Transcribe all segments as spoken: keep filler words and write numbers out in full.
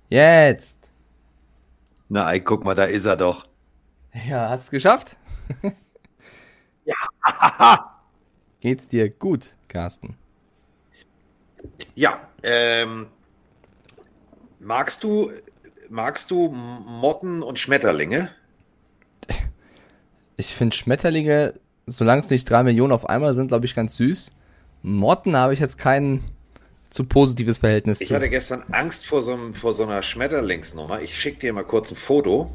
Jetzt. Na, ey, guck mal, da ist er doch. Ja, hast du es geschafft? Ja. Geht's dir gut, Carsten? Ja, ähm, magst du, magst du Motten und Schmetterlinge? Ich finde Schmetterlinge, solange es nicht drei Millionen auf einmal sind, glaube ich, ganz süß. Motten habe ich jetzt kein zu positives Verhältnis Ich zu. hatte gestern Angst vor so, einem, vor so einer Schmetterlingsnummer. Ich schicke dir mal kurz ein Foto.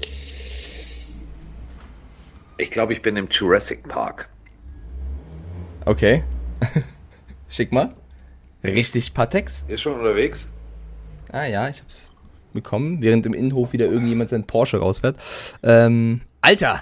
Ich glaube, ich bin im Jurassic Park. Okay. Schick mal. Richtig Patex. Ist schon unterwegs? Ah ja, ich hab's bekommen, während im Innenhof wieder irgendjemand seinen Porsche rausfährt. Ähm, Alter!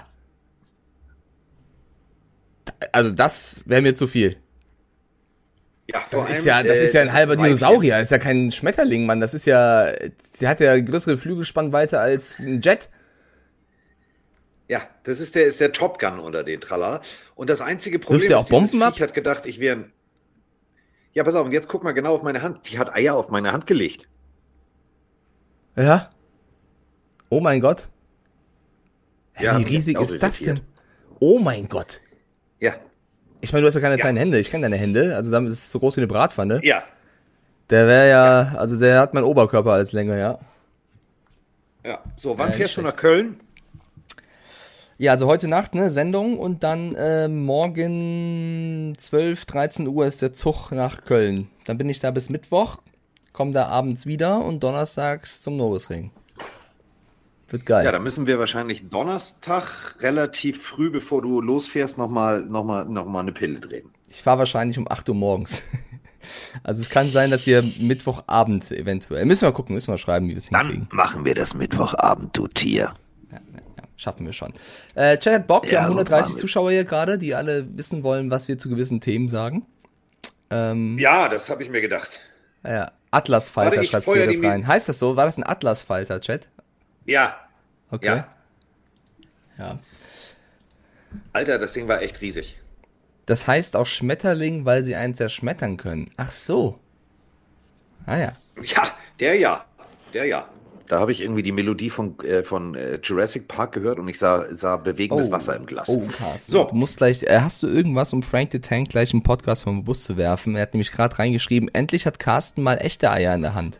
Also das wäre mir zu viel. Ja, Das vor ist allem, ja, das äh, ist ja ein halber Weibchen. Dinosaurier, das ist ja kein Schmetterling, Mann. Das ist ja, der hat ja größere Flügelspannweite als ein Jet. Ja, das ist der, ist der Top Gun unter den Tralala. Und das einzige Problem Wirft der auch ist, dieses Bomben ab? Viech hat gedacht, ich wäre ein... Ja, pass auf, und jetzt guck mal genau auf meine Hand. Die hat Eier auf meine Hand gelegt. Ja. Oh mein Gott. Ja, Wie hat mich riesig auch ist das denn? irritiert. Oh mein Gott. Ja, Ich meine, du hast ja keine Ja. kleinen Hände. Ich kenne deine Hände. Also damit ist es so groß wie eine Bratpfanne. ja, Der wäre ja, also der hat meinen Oberkörper als Länge, ja. ja. So, wann Ja, fährst du nicht nach Köln? Ja, also heute Nacht, ne, Sendung und dann äh, morgen zwölf, dreizehn Uhr ist der Zug nach Köln. Dann bin ich da bis Mittwoch, komm da abends wieder und donnerstags zum Nobelring. Wird geil. Ja, dann müssen wir wahrscheinlich Donnerstag relativ früh, bevor du losfährst, nochmal noch mal, noch mal eine Pille drehen. Ich fahre wahrscheinlich um acht Uhr morgens. Also es kann sein, dass wir Mittwochabend eventuell, müssen wir mal gucken, müssen wir mal schreiben, wie wir es hinkriegen. machen wir das Mittwochabend, du Tier. Schaffen wir schon. Äh, Chat hat Bock, wir Ja, haben so hundertdreißig machen wir. Zuschauer hier gerade, die alle wissen wollen, was wir zu gewissen Themen sagen. Ähm, Ja, das habe ich mir gedacht. ja, Atlasfalter Warte, ich schreibt feuer sie das die Mi- rein. Heißt das so? War das ein Atlasfalter, Chat? Ja, Okay. ja. Ja. Alter, das Ding war echt riesig. Das heißt auch Schmetterling, weil sie einen zerschmettern können. Ach so. Ah ja. Ja, der ja. Der ja. Da habe ich irgendwie die Melodie von, äh, von äh, Jurassic Park gehört und ich sah, sah bewegendes Wasser im Glas. Oh, Carsten. So. Du musst gleich, äh, hast du irgendwas, um Frank the Tank gleich im Podcast vom Bus zu werfen? Er hat nämlich gerade reingeschrieben, endlich hat Carsten mal echte Eier in der Hand.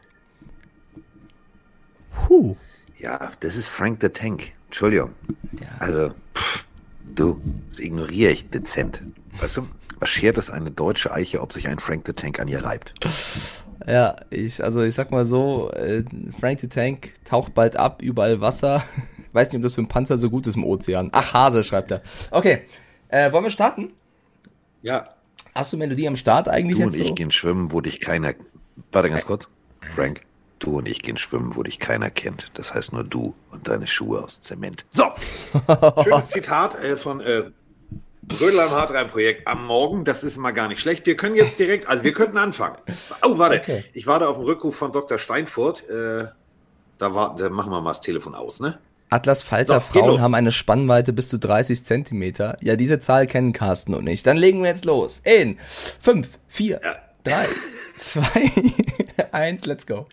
Puh. Ja, das ist Frank the Tank. Entschuldigung. Ja. Also, pff, du, das ignoriere ich dezent. Weißt du, was schert es eine deutsche Eiche, ob sich ein Frank the Tank an ihr reibt? Ja, ich, also ich sag mal so, äh, Frank the Tank taucht bald ab, überall Wasser. Weiß nicht, ob das für einen Panzer so gut ist im Ozean. Ach, Hase, schreibt er. Okay, äh, wollen wir starten? Ja, Hast du Melodie am Start eigentlich du und jetzt ich so? gehen schwimmen, wo dich keiner... Warte ganz kurz. Frank, du und ich gehen schwimmen, wo dich keiner kennt. Das heißt nur du und deine Schuhe aus Zement. So, schönes Zitat äh, von äh, Rödel am Hartrein-Projekt am Morgen. Das ist mal gar nicht schlecht. Wir können jetzt direkt, also wir könnten anfangen. Oh, warte. Okay. Ich warte auf den Rückruf von Doktor Steinfurt. Äh, da, war, da machen wir mal das Telefon aus, ne? Atlasfalter So, geht Frauen los. haben eine Spannweite bis zu dreißig Zentimeter. Ja, diese Zahl kennen Carsten und ich. Dann legen wir jetzt los. In fünf, vier, Ja. drei, zwei, eins, let's go.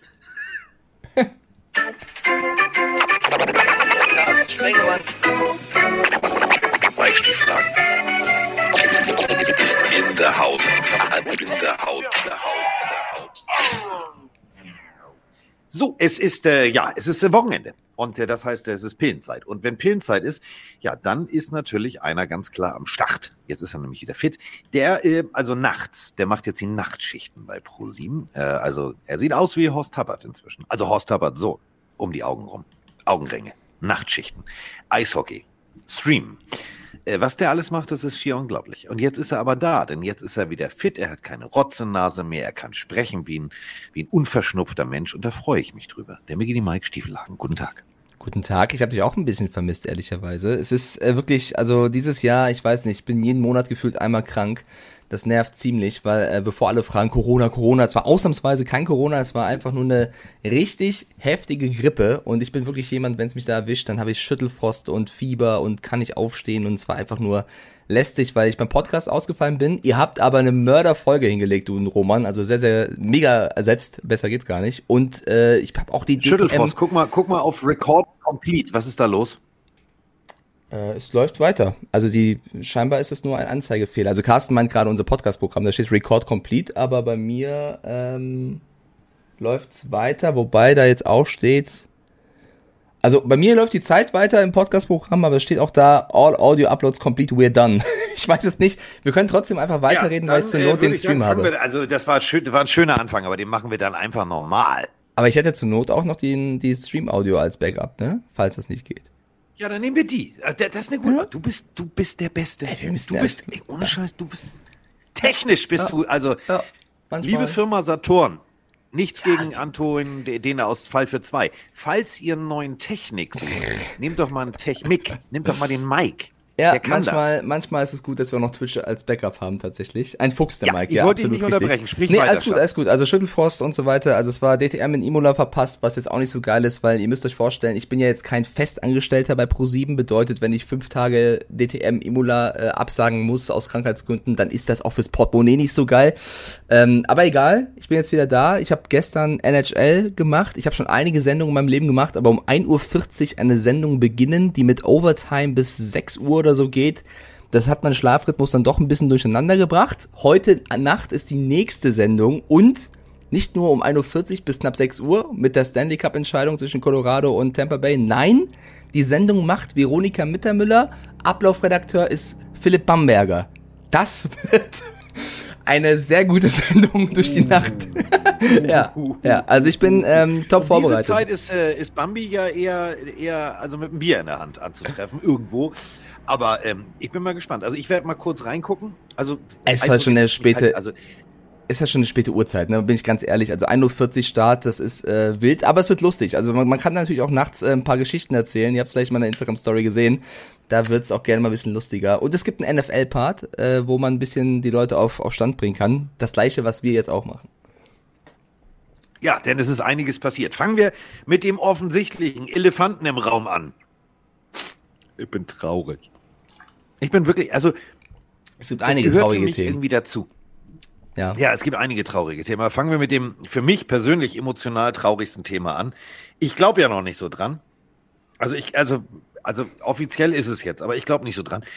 Weichstieflagen. Ist in der Haus. In der Haut. Der Haut. So, es ist, äh, ja, es ist äh, Wochenende. Und äh, das heißt, äh, es ist Pillenzeit. Und wenn Pillenzeit ist, ja, dann ist natürlich einer ganz klar am Start. Jetzt ist er nämlich wieder fit. Der, äh, also nachts, der macht jetzt die Nachtschichten bei ProSieben. Äh, also er sieht aus wie Horst Tappert inzwischen. Also Horst Tappert so, um die Augen rum. Augenringe, Nachtschichten, Eishockey, Stream. Äh, was der alles macht, das ist schier unglaublich. Und jetzt ist er aber da, denn jetzt ist er wieder fit, er hat keine Rotzennase mehr, er kann sprechen wie ein, wie ein unverschnupfter Mensch und da freue ich mich drüber. Der Micky Mike Stiefelhagen, guten Tag. Guten Tag, ich habe dich auch ein bisschen vermisst, ehrlicherweise. Es ist äh, wirklich, also dieses Jahr, ich weiß nicht, ich bin jeden Monat gefühlt einmal krank. Das nervt ziemlich, weil äh, bevor alle fragen, Corona, Corona, es war ausnahmsweise kein Corona, es war einfach nur eine richtig heftige Grippe und ich bin wirklich jemand, wenn es mich da erwischt, dann habe ich Schüttelfrost und Fieber und kann nicht aufstehen und es war einfach nur lästig, weil ich beim Podcast ausgefallen bin. Ihr habt aber eine Mörderfolge hingelegt, du und Roman, also sehr, sehr mega ersetzt, besser geht's gar nicht und äh, ich habe auch die D T M Schüttelfrost, guck mal, guck mal auf Record Complete, was ist da los? Äh, es läuft weiter. Also die scheinbar ist es nur ein Anzeigefehler. Also Carsten meint gerade unser Podcast-Programm, da steht Record Complete, aber bei mir ähm, läuft's weiter, wobei da jetzt auch steht, also bei mir läuft die Zeit weiter im Podcast-Programm, aber es steht auch da, all audio uploads complete, we're done. Ich weiß es nicht. Wir können trotzdem einfach weiterreden, ja, dann, weil ich zur Not äh, den Stream habe. Wir, also das war, schön, war ein schöner Anfang, aber den machen wir dann einfach normal. Aber ich hätte zur Not auch noch die, die Stream-Audio als Backup, ne? Falls das nicht geht. Ja, dann nehmen wir die. Das ist eine gute. Ja. Du bist, du bist der Beste. Ey, wir du bist, ey, ohne Scheiß, du bist technisch bist ja. du. Also, ja. liebe Firma Saturn, nichts ja. gegen Anton, den aus Fall für zwei. Falls ihr einen neuen Technik sucht, nehmt doch mal einen Technik, nehmt doch mal den Mike. Ja, manchmal, das. manchmal ist es gut, dass wir noch Twitch als Backup haben tatsächlich. Ein Fuchs, der ja, Mike. Ich ja, wollte absolut dich nicht unterbrechen. Sprich nee, weiter, alles gut, Schatz. alles gut. Also Schüttelfrost und so weiter. Also es war D T M in Imola verpasst, was jetzt auch nicht so geil ist, weil ihr müsst euch vorstellen, ich bin ja jetzt kein Festangestellter bei ProSieben. Bedeutet, wenn ich fünf Tage D T M Imola äh, absagen muss aus Krankheitsgründen, dann ist das auch fürs Portemonnaie nicht so geil. Ähm, aber egal, ich bin jetzt wieder da. Ich habe gestern N H L gemacht. Ich habe schon einige Sendungen in meinem Leben gemacht, aber um ein Uhr vierzig eine Sendung beginnen, die mit Overtime bis sechs Uhr oder so geht. Das hat meinen Schlafrhythmus dann doch ein bisschen durcheinander gebracht. Heute Nacht ist die nächste Sendung und nicht nur um ein Uhr vierzig bis knapp sechs Uhr mit der Stanley Cup Entscheidung zwischen Colorado und Tampa Bay. Nein, die Sendung macht Veronika Mittermüller. Ablaufredakteur ist Philipp Bamberger. Das wird eine sehr gute Sendung durch die Nacht. ja, ja, also ich bin ähm, top vorbereitet. Diese Zeit ist, äh, ist Bambi ja eher, eher also mit einem Bier in der Hand anzutreffen, irgendwo. Aber ähm, ich bin mal gespannt. Also ich werde mal kurz reingucken. Also es ist halt schon eine späte, halt, also ist ja schon eine späte Uhrzeit, ne? Bin ich ganz ehrlich. Also ein Uhr vierzig Start, das ist äh, wild, aber es wird lustig. Also man, man kann natürlich auch nachts äh, ein paar Geschichten erzählen. Ihr habt es vielleicht mal in der Instagram-Story gesehen. Da wird es auch gerne mal ein bisschen lustiger. Und es gibt einen N F L-Part, äh, wo man ein bisschen die Leute auf, auf Stand bringen kann. Das gleiche, was wir jetzt auch machen. Ja, denn es ist einiges passiert. Fangen wir mit dem offensichtlichen Elefanten im Raum an. Ich bin traurig. Ich bin wirklich, also es gibt einige traurige für mich Themen irgendwie dazu. Ja. ja, es gibt einige traurige Themen. Fangen wir mit dem für mich persönlich emotional traurigsten Thema an. Ich glaube ja noch nicht so dran. Also ich, also, also offiziell ist es jetzt, aber ich glaube nicht so dran.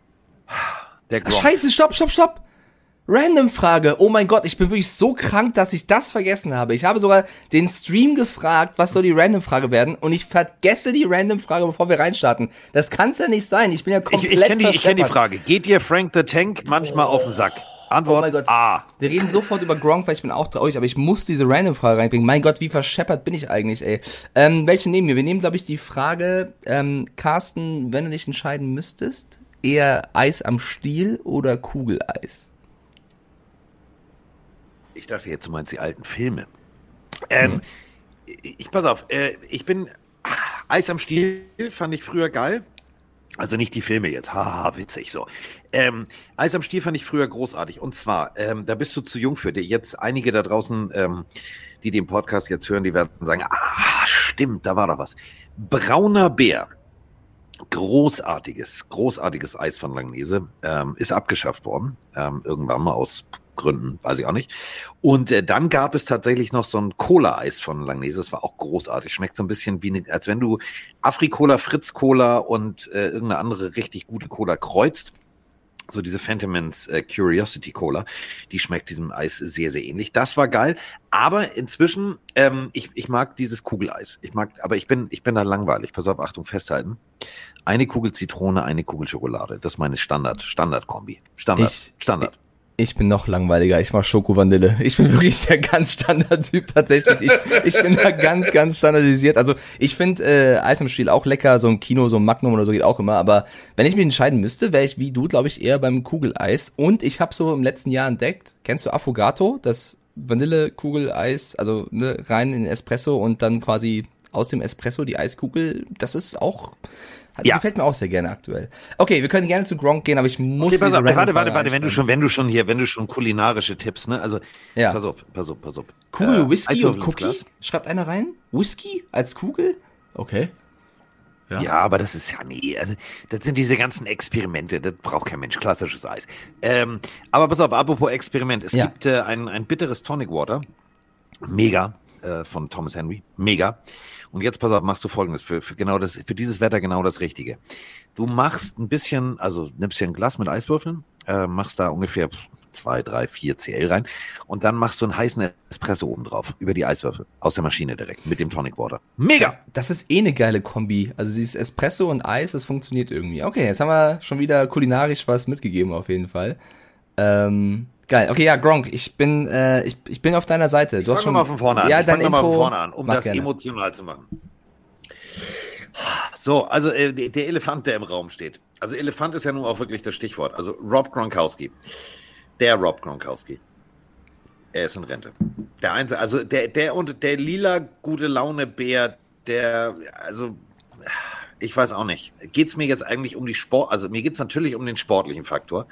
Der Gronk. Scheiße, stopp, stopp, stopp. Random Frage. Oh mein Gott, ich bin wirklich so krank, dass ich das vergessen habe. Ich habe sogar den Stream gefragt, was soll die Random Frage werden, und ich vergesse die Random Frage, bevor wir reinstarten. Das kann's ja nicht sein. Ich bin ja komplett Ich, ich kenne die, kenn die Frage. Geht dir Frank the Tank manchmal oh. auf den Sack? Antwort oh mein Gott. A. Wir reden sofort über Gronk, weil ich bin auch traurig, aber ich muss diese Random Frage reinbringen. Mein Gott, wie verscheppert bin ich eigentlich, ey. Ähm, welche nehmen wir? Wir nehmen, glaube ich, die Frage, ähm, Carsten, wenn du dich entscheiden müsstest, eher Eis am Stiel oder Kugeleis? Ich dachte jetzt, du meinst die alten Filme. Ähm, hm. Ich, pass auf, äh, ich bin, ach, Eis am Stiel fand ich früher geil. Also nicht die Filme jetzt, haha, witzig so. Ähm, Eis am Stiel fand ich früher großartig. Und zwar, ähm, da bist du zu jung für. Jetzt einige da draußen, ähm, die den Podcast jetzt hören, die werden sagen, ah, stimmt, da war doch was. Brauner Bär. Großartiges, großartiges Eis von Langnese, ähm, ist abgeschafft worden, ähm, irgendwann mal aus Gründen, weiß ich auch nicht. Und äh, dann gab es tatsächlich noch so ein Cola-Eis von Langnese, das war auch großartig, schmeckt so ein bisschen wie, ne, als wenn du Afri-Cola, Fritz-Cola und äh, irgendeine andere richtig gute Cola kreuzt. So diese Phantomans äh, Curiosity Cola, die schmeckt diesem Eis sehr, sehr ähnlich. Das war geil, aber inzwischen, ähm, ich, ich mag dieses Kugeleis. Ich mag, aber ich bin, ich bin da langweilig. Pass auf, Achtung, festhalten. Eine Kugel Zitrone, eine Kugel Schokolade. Das ist meine Standard, Standard-Kombi. Standard, ich, Standard. Ich, ich bin noch langweiliger. Ich mach Schoko-Vanille. Ich bin wirklich der ganz Standard-Typ tatsächlich. Ich, ich bin da ganz, ganz standardisiert. Also ich finde äh, Eis am Stiel auch lecker. So ein Kino, so ein Magnum oder so geht auch immer. Aber wenn ich mich entscheiden müsste, wäre ich wie du, glaube ich, eher beim Kugeleis. Und ich habe so im letzten Jahr entdeckt, kennst du Affogato? Das Vanille-Kugeleis, also ne, rein in Espresso und dann quasi aus dem Espresso die Eiskugel. Das ist auch Hat, Ja. Gefällt mir auch sehr gerne aktuell. Okay, wir können gerne zu Gronk gehen, aber ich muss Okay, pass diese auf, warte, Random-Frage warte, warte, wenn du ansprechen. schon, wenn du schon hier, wenn du schon kulinarische Tipps, ne, also, Ja. pass auf, pass auf, pass auf. Kugel Äh, Whisky Eiswürfel und ins Cookie? Glas. Schreibt einer rein? Whisky als Kugel? Okay. Ja. Ja, aber das ist ja, nee, also, das sind diese ganzen Experimente, das braucht kein Mensch, klassisches Eis. Ähm, aber pass auf, apropos Experiment, es Ja. gibt äh, ein, ein bitteres Tonic Water, mega, äh, von Thomas Henry, mega. Und jetzt, pass auf, machst du Folgendes, für, für genau das, für dieses Wetter genau das Richtige. Du machst ein bisschen, also nimmst dir ein Glas mit Eiswürfeln, äh, machst da ungefähr zwei, drei, vier Cl rein und dann machst du einen heißen Espresso oben drauf, über die Eiswürfel, aus der Maschine direkt, mit dem Tonic Water. Mega! Das, das ist eh eine geile Kombi. Also dieses Espresso und Eis, das funktioniert irgendwie. Okay, jetzt haben wir schon wieder kulinarisch was mitgegeben auf jeden Fall. Ähm, geil. Okay, ja, Gronk, ich bin, äh, ich, ich bin auf deiner Seite. Du hast Fang schon mal von vorne an. Ja, ich dein fang mal Intro. von vorne an, um Mach das gerne. emotional zu machen. So, also äh, der der Elefant, der im Raum steht. Also Elefant ist ja nun auch wirklich das Stichwort. Also Rob Gronkowski. Der Rob Gronkowski. Er ist in Rente. Der einzige, also der, der und der lila gute Laune Bär, der, also ich weiß auch nicht. Geht's mir jetzt eigentlich um die Sport, also mir geht's natürlich um den sportlichen Faktor.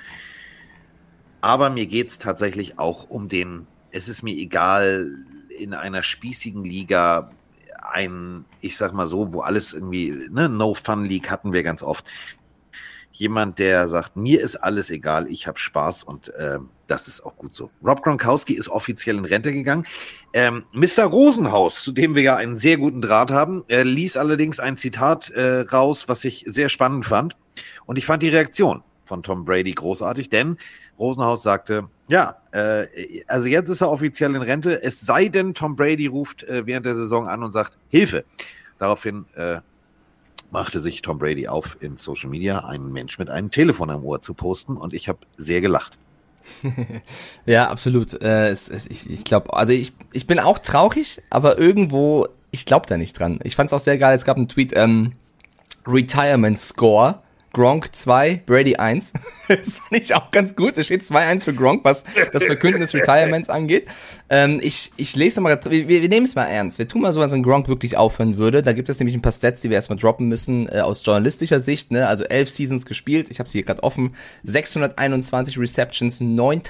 Aber mir geht's tatsächlich auch um den, es ist mir egal, in einer spießigen Liga ein, ich sag mal so, wo alles irgendwie, ne, No-Fun-League hatten wir ganz oft. Jemand, der sagt, mir ist alles egal, ich habe Spaß und äh, das ist auch gut so. Rob Gronkowski ist offiziell in Rente gegangen. Ähm, Mister Rosenhaus, zu dem wir ja einen sehr guten Draht haben, äh, ließ allerdings ein Zitat äh, raus, was ich sehr spannend fand. Und ich fand die Reaktion von Tom Brady großartig, denn Rosenhaus sagte, ja, äh, also jetzt ist er offiziell in Rente, es sei denn, Tom Brady ruft äh, während der Saison an und sagt, Hilfe. Daraufhin äh, machte sich Tom Brady auf, in Social Media einen Mensch mit einem Telefon am Ohr zu posten und ich habe sehr gelacht. Ja, absolut. Äh, es, es, ich ich glaube, also ich, ich bin auch traurig, aber irgendwo, ich glaube da nicht dran. Ich fand es auch sehr geil, es gab einen Tweet, ähm, Retirement Score, Gronk zwei, Brady eins. Das fand ich auch ganz gut. Es steht zwei eins für Gronk, was das Verkünden des Retirements angeht. Ähm, ich, ich lese mal, wir, wir nehmen es mal ernst. Wir tun mal sowas, wenn Gronk wirklich aufhören würde. Da gibt es nämlich ein paar Stats, die wir erstmal droppen müssen, äh, aus journalistischer Sicht. Ne? Also elf Seasons gespielt, ich habe sie hier gerade offen. sechshunderteinundzwanzig Receptions,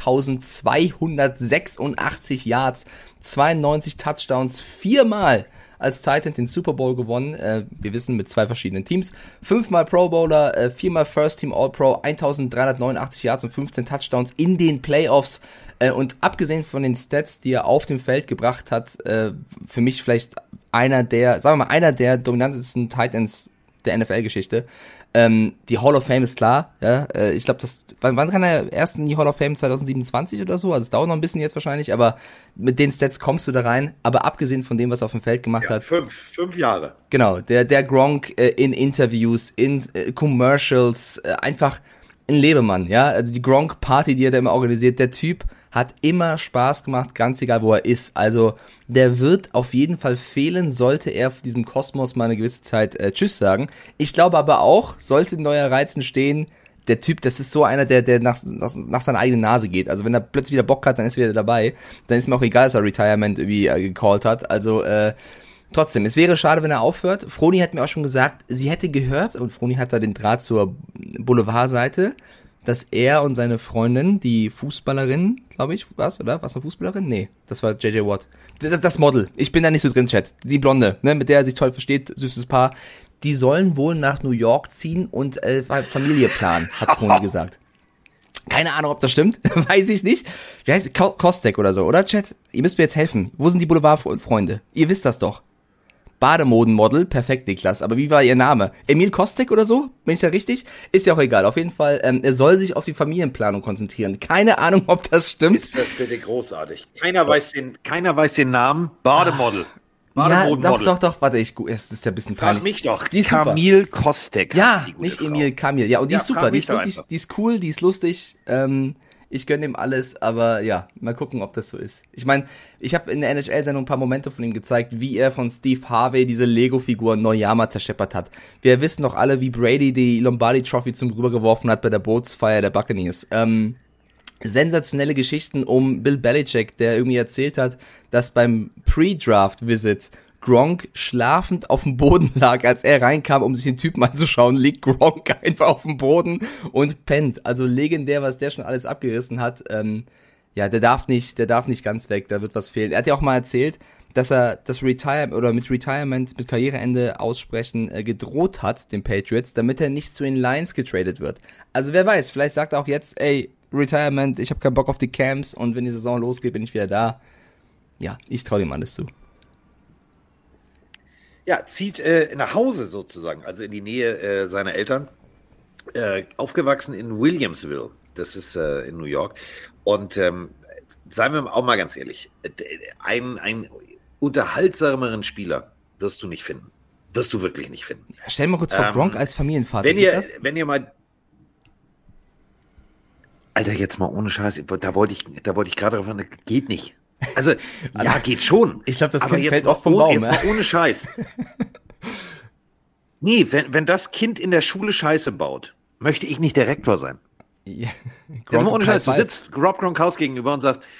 neuntausendzweihundertsechsundachtzig Yards, zweiundneunzig Touchdowns, viermal als Titan den Super Bowl gewonnen. Äh, wir wissen, mit zwei verschiedenen Teams. Fünfmal Pro Bowler, äh, viermal First Team All-Pro, eintausenddreihundertneunundachtzig Yards und fünfzehn Touchdowns in den Playoffs. Äh, und abgesehen von den Stats, die er auf dem Feld gebracht hat, äh, für mich vielleicht einer der, sagen wir mal, einer der dominantesten Titans der N F L-Geschichte. Ähm, die Hall of Fame ist klar, ja, äh, ich glaube, das, wann, wann kann er erst in die Hall of Fame, zwanzig siebenundzwanzig oder so, also es dauert noch ein bisschen jetzt wahrscheinlich, aber mit den Stats kommst du da rein, aber abgesehen von dem, was er auf dem Feld gemacht Ja, hat, fünf, fünf Jahre. genau, der, der Gronk äh, in Interviews, in äh, Commercials, äh, einfach ein Lebemann, ja, also die Gronk-Party, die er da immer organisiert, der Typ hat immer Spaß gemacht, ganz egal, wo er ist, also der wird auf jeden Fall fehlen, sollte er für diesem Kosmos mal eine gewisse Zeit äh, Tschüss sagen. Ich glaube aber auch, sollte ein neuer Reiz entstehen, der Typ, das ist so einer, der, der nach, nach, nach seiner eigenen Nase geht. Also wenn er plötzlich wieder Bock hat, dann ist er wieder dabei. Dann ist mir auch egal, dass er Retirement irgendwie äh, gecallt hat. Also äh, trotzdem, es wäre schade, wenn er aufhört. Froni hat mir auch schon gesagt, sie hätte gehört, und Froni hat da den Draht zur Boulevardseite, dass er und seine Freundin, die Fußballerin, glaube ich, was, oder? Was, eine Fußballerin? Nee, das war J J Watt. Das, das Model, ich bin da nicht so drin, Chat. Die Blonde, ne, mit der er sich toll versteht, süßes Paar. Die sollen wohl nach New York ziehen und äh, Familie planen, hat Froni gesagt. Keine Ahnung, ob das stimmt, weiß ich nicht. Wie heißt es? Kostek oder so, oder, Chat? Ihr müsst mir jetzt helfen. Wo sind die Boulevardfreunde? Ihr wisst das doch. Bademodenmodel, perfekt, Niklas. Aber wie war ihr Name? Emil Kostek oder so? Bin ich da richtig? Ist ja auch egal. Auf jeden Fall, ähm, er soll sich auf die Familienplanung konzentrieren. Keine Ahnung, ob das stimmt. Ist das bitte großartig. Keiner weiß den, keiner weiß den Namen. Bademodel. Ja, Bademodenmodel. doch, doch, doch, warte, ich, es ist ja ein bisschen Frag peinlich. mich doch. Die ist super. Camille Kostek. Ja, heißt die gute nicht Frau. Emil, Kamil. Ja, und die Ja, ist super, frag die mich ist doch wirklich, einfach. die ist cool, die ist lustig. Ähm, ich gönne ihm alles, aber ja, mal gucken, ob das so ist. Ich meine, ich habe in der N H L-Sendung ein paar Momente von ihm gezeigt, wie er von Steve Harvey diese Lego-Figur Neujahr zerscheppert hat. Wir wissen doch alle, wie Brady die Lombardi-Trophy zum rübergeworfen hat bei der Bootsfeier der Buccaneers. Ähm, sensationelle Geschichten um Bill Belichick, der irgendwie erzählt hat, dass beim Pre-Draft-Visit Gronk schlafend auf dem Boden lag, als er reinkam, um sich den Typen anzuschauen, liegt Gronk einfach auf dem Boden und pennt. Also legendär, was der schon alles abgerissen hat. Ähm, ja, der darf nicht, der darf nicht ganz weg, da wird was fehlen. Er hat ja auch mal erzählt, dass er das Retire oder mit Retirement, mit Karriereende aussprechen äh, gedroht hat, den Patriots, damit er nicht zu den Lions getradet wird. Also wer weiß, vielleicht sagt er auch jetzt, ey, Retirement, ich habe keinen Bock auf die Camps und wenn die Saison losgeht, bin ich wieder da. Ja, ich traue dem alles zu. Ja, zieht äh, nach Hause sozusagen, also in die Nähe äh, seiner Eltern. Äh, aufgewachsen in Williamsville, das ist äh, in New York. Und ähm, seien wir auch mal ganz ehrlich, ein, ein unterhaltsameren Spieler wirst du nicht finden. Wirst du wirklich nicht finden. Ja, stell dir mal kurz vor, ähm, Gronk als Familienvater. Wenn ihr, wenn ihr mal... Alter, jetzt mal ohne Scheiß, da wollte ich, da wollte ich gerade drauf sagen, geht nicht. Also, ja, geht schon. Ich glaube, das aber Kind jetzt fällt mal oft vom ohne, Baum. Jetzt Ja? mal ohne Scheiß. Nee, wenn, wenn das Kind in der Schule Scheiße baut, möchte ich nicht der Rektor sein. Ja, jetzt mal ohne Scheiß, du sitzt Rob Gronkowski gegenüber und sagst,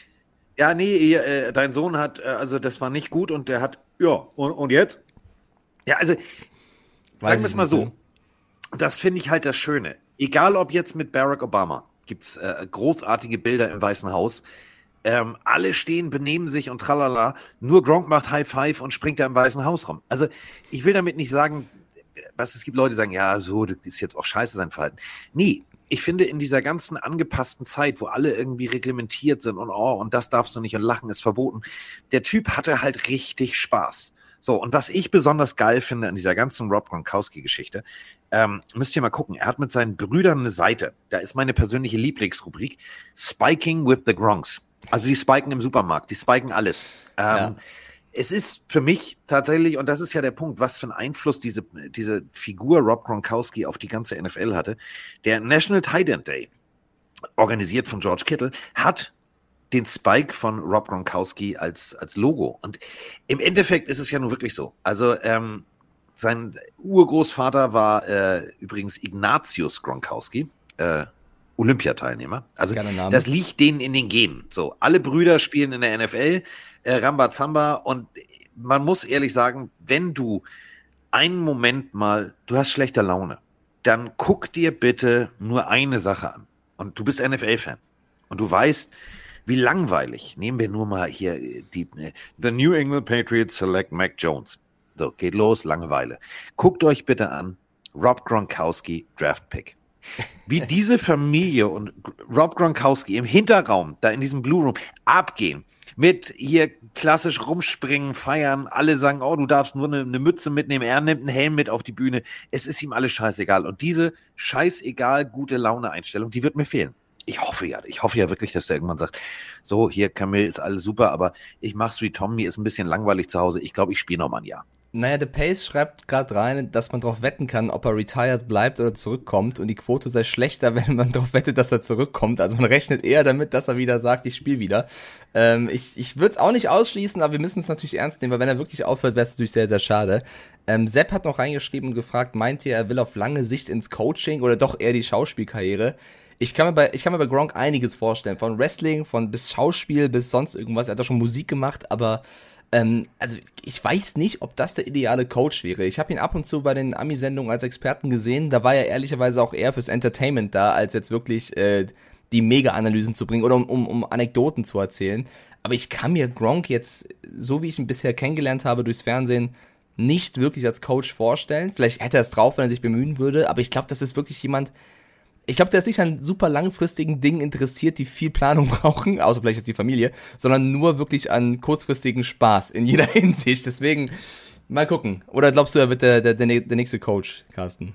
ja, nee, ihr, äh, dein Sohn hat, äh, also das war nicht gut und der hat, ja, und, und jetzt? Ja, also, sagen wir es mal so, ne? Das finde ich halt das Schöne. Egal ob jetzt mit Barack Obama, gibt's äh, großartige Bilder im Weißen Haus. Ähm, alle stehen, benehmen sich und tralala. Nur Gronk macht High Five und springt da im Weißen Haus rum. Also ich will damit nicht sagen, was es gibt Leute, die sagen, ja, so, das ist jetzt auch scheiße sein Verhalten. Nee, ich finde in dieser ganzen angepassten Zeit, wo alle irgendwie reglementiert sind und oh, und das darfst du nicht und Lachen ist verboten, der Typ hatte halt richtig Spaß. So, und was ich besonders geil finde an dieser ganzen Rob Gronkowski-Geschichte, ähm, müsst ihr mal gucken, er hat mit seinen Brüdern eine Seite, da ist meine persönliche Lieblingsrubrik, Spiking with the Gronks. Also die spiken im Supermarkt, die spiken alles. Ähm, ja. Es ist für mich tatsächlich, und das ist ja der Punkt, was für einen Einfluss diese, diese Figur Rob Gronkowski auf die ganze N F L hatte. Der National Tight End Day, organisiert von George Kittle, hat den Spike von Rob Gronkowski als, als Logo. Und im Endeffekt ist es ja nun wirklich so. Also ähm, sein Urgroßvater war äh, übrigens Ignatius Gronkowski, äh, Olympiateilnehmer. Also das liegt denen in den Genen. So, alle Brüder spielen in der N F L, äh, Rambazamba, und man muss ehrlich sagen, wenn du einen Moment mal, du hast schlechte Laune, dann guck dir bitte nur eine Sache an. Und du bist N F L-Fan. Und du weißt, wie langweilig. Nehmen wir nur mal hier die The New England Patriots select Mac Jones. So, geht los, Langeweile. Guckt euch bitte an, Rob Gronkowski Draft Pick. Wie diese Familie und Rob Gronkowski im Hinterraum, da in diesem Blue Room, abgehen. Mit hier klassisch rumspringen, feiern. Alle sagen, oh, du darfst nur eine, eine Mütze mitnehmen. Er nimmt einen Helm mit auf die Bühne. Es ist ihm alles scheißegal. Und diese scheißegal gute Laune-Einstellung, die wird mir fehlen. Ich hoffe ja, ich hoffe ja wirklich, dass er irgendwann sagt, so, hier, Camille, ist alles super, aber ich mach's wie Tom, mir ist ein bisschen langweilig zu Hause. Ich glaube, ich spiele noch mal ein Jahr. Naja, The Pace schreibt gerade rein, dass man darauf wetten kann, ob er retired bleibt oder zurückkommt, und die Quote sei schlechter, wenn man darauf wettet, dass er zurückkommt. Also man rechnet eher damit, dass er wieder sagt, ich spiele wieder. Ähm, ich ich würde es auch nicht ausschließen, aber wir müssen es natürlich ernst nehmen, weil wenn er wirklich aufhört, wäre es natürlich sehr, sehr schade. Ähm, Sepp hat noch reingeschrieben und gefragt, meint ihr, er will auf lange Sicht ins Coaching oder doch eher die Schauspielkarriere? Ich kann mir bei, ich kann mir bei Gronk einiges vorstellen. Von Wrestling, von bis Schauspiel, bis sonst irgendwas. Er hat da schon Musik gemacht, aber ähm, also ich weiß nicht, ob das der ideale Coach wäre. Ich habe ihn ab und zu bei den Ami-Sendungen als Experten gesehen. Da war er ehrlicherweise auch eher fürs Entertainment da, als jetzt wirklich äh, die Mega-Analysen zu bringen oder um, um, um Anekdoten zu erzählen. Aber ich kann mir Gronk jetzt, so wie ich ihn bisher kennengelernt habe durchs Fernsehen, nicht wirklich als Coach vorstellen. Vielleicht hätte er es drauf, wenn er sich bemühen würde. Aber ich glaube, das ist wirklich jemand... Ich glaube, der ist nicht an super langfristigen Dingen interessiert, die viel Planung brauchen, außer vielleicht jetzt die Familie, sondern nur wirklich an kurzfristigen Spaß in jeder Hinsicht. Deswegen, mal gucken. Oder glaubst du, er wird der, der, der nächste Coach, Carsten?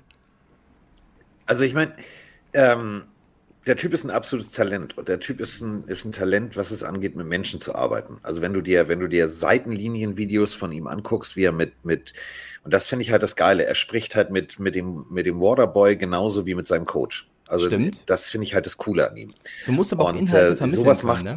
Also ich meine, ähm, der Typ ist ein absolutes Talent. Und der Typ ist ein, ist ein Talent, was es angeht, mit Menschen zu arbeiten. Also wenn du dir, wenn du dir Seitenlinienvideos von ihm anguckst, wie er mit, mit, und das finde ich halt das Geile, er spricht halt mit, mit dem, mit dem Waterboy genauso wie mit seinem Coach. Also Stimmt. Das finde ich halt das Coole an ihm. Du musst aber auch und, Inhalte äh, vermitteln sowas können, macht, ne?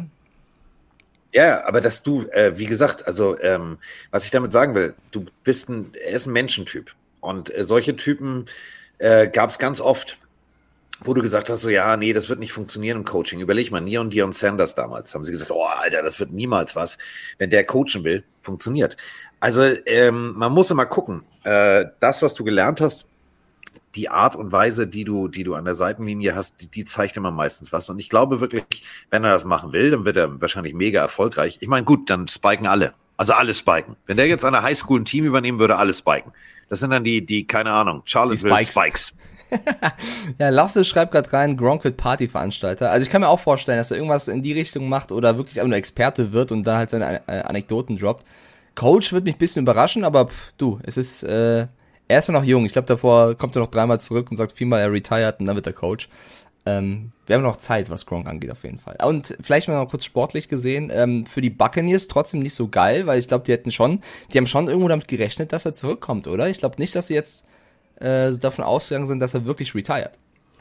Ja, aber dass du, äh, wie gesagt, also ähm, was ich damit sagen will, du bist ein, er ist ein Menschentyp. Und äh, solche Typen äh, gab es ganz oft. wo du gesagt hast, so ja, nee, das wird nicht funktionieren im Coaching. Überleg mal, Neon Deion Sanders damals, haben sie gesagt, oh, Alter, das wird niemals was. Wenn der coachen will, funktioniert. Also ähm, man muss immer gucken, äh, das, was du gelernt hast, die Art und Weise, die du, die du an der Seitenlinie hast, die, die zeigt immer meistens was. Und ich glaube wirklich, wenn er das machen will, dann wird er wahrscheinlich mega erfolgreich. Ich meine, gut, dann spiken alle. Also alle spiken. Wenn der jetzt an der Highschool ein Team übernehmen würde, alle spiken. Das sind dann die, die, keine Ahnung, Charlottesville Spikes. Spikes. Ja, Lasse schreibt gerade rein, Gronk wird Partyveranstalter. Also ich kann mir auch vorstellen, dass er irgendwas in die Richtung macht oder wirklich einfach nur Experte wird und da halt seine Anekdoten droppt. Coach wird mich ein bisschen überraschen, aber pff, du, es ist, äh, er ist ja noch jung. Ich glaube, davor kommt er noch dreimal zurück und sagt viermal, er retired und dann wird er Coach. Ähm, wir haben noch Zeit, was Gronk angeht, auf jeden Fall. Und vielleicht mal noch kurz sportlich gesehen, ähm, für die Buccaneers trotzdem nicht so geil, weil ich glaube, die hätten schon, die haben schon irgendwo damit gerechnet, dass er zurückkommt, oder? Ich glaube nicht, dass sie jetzt äh, davon ausgegangen sind, dass er wirklich retired.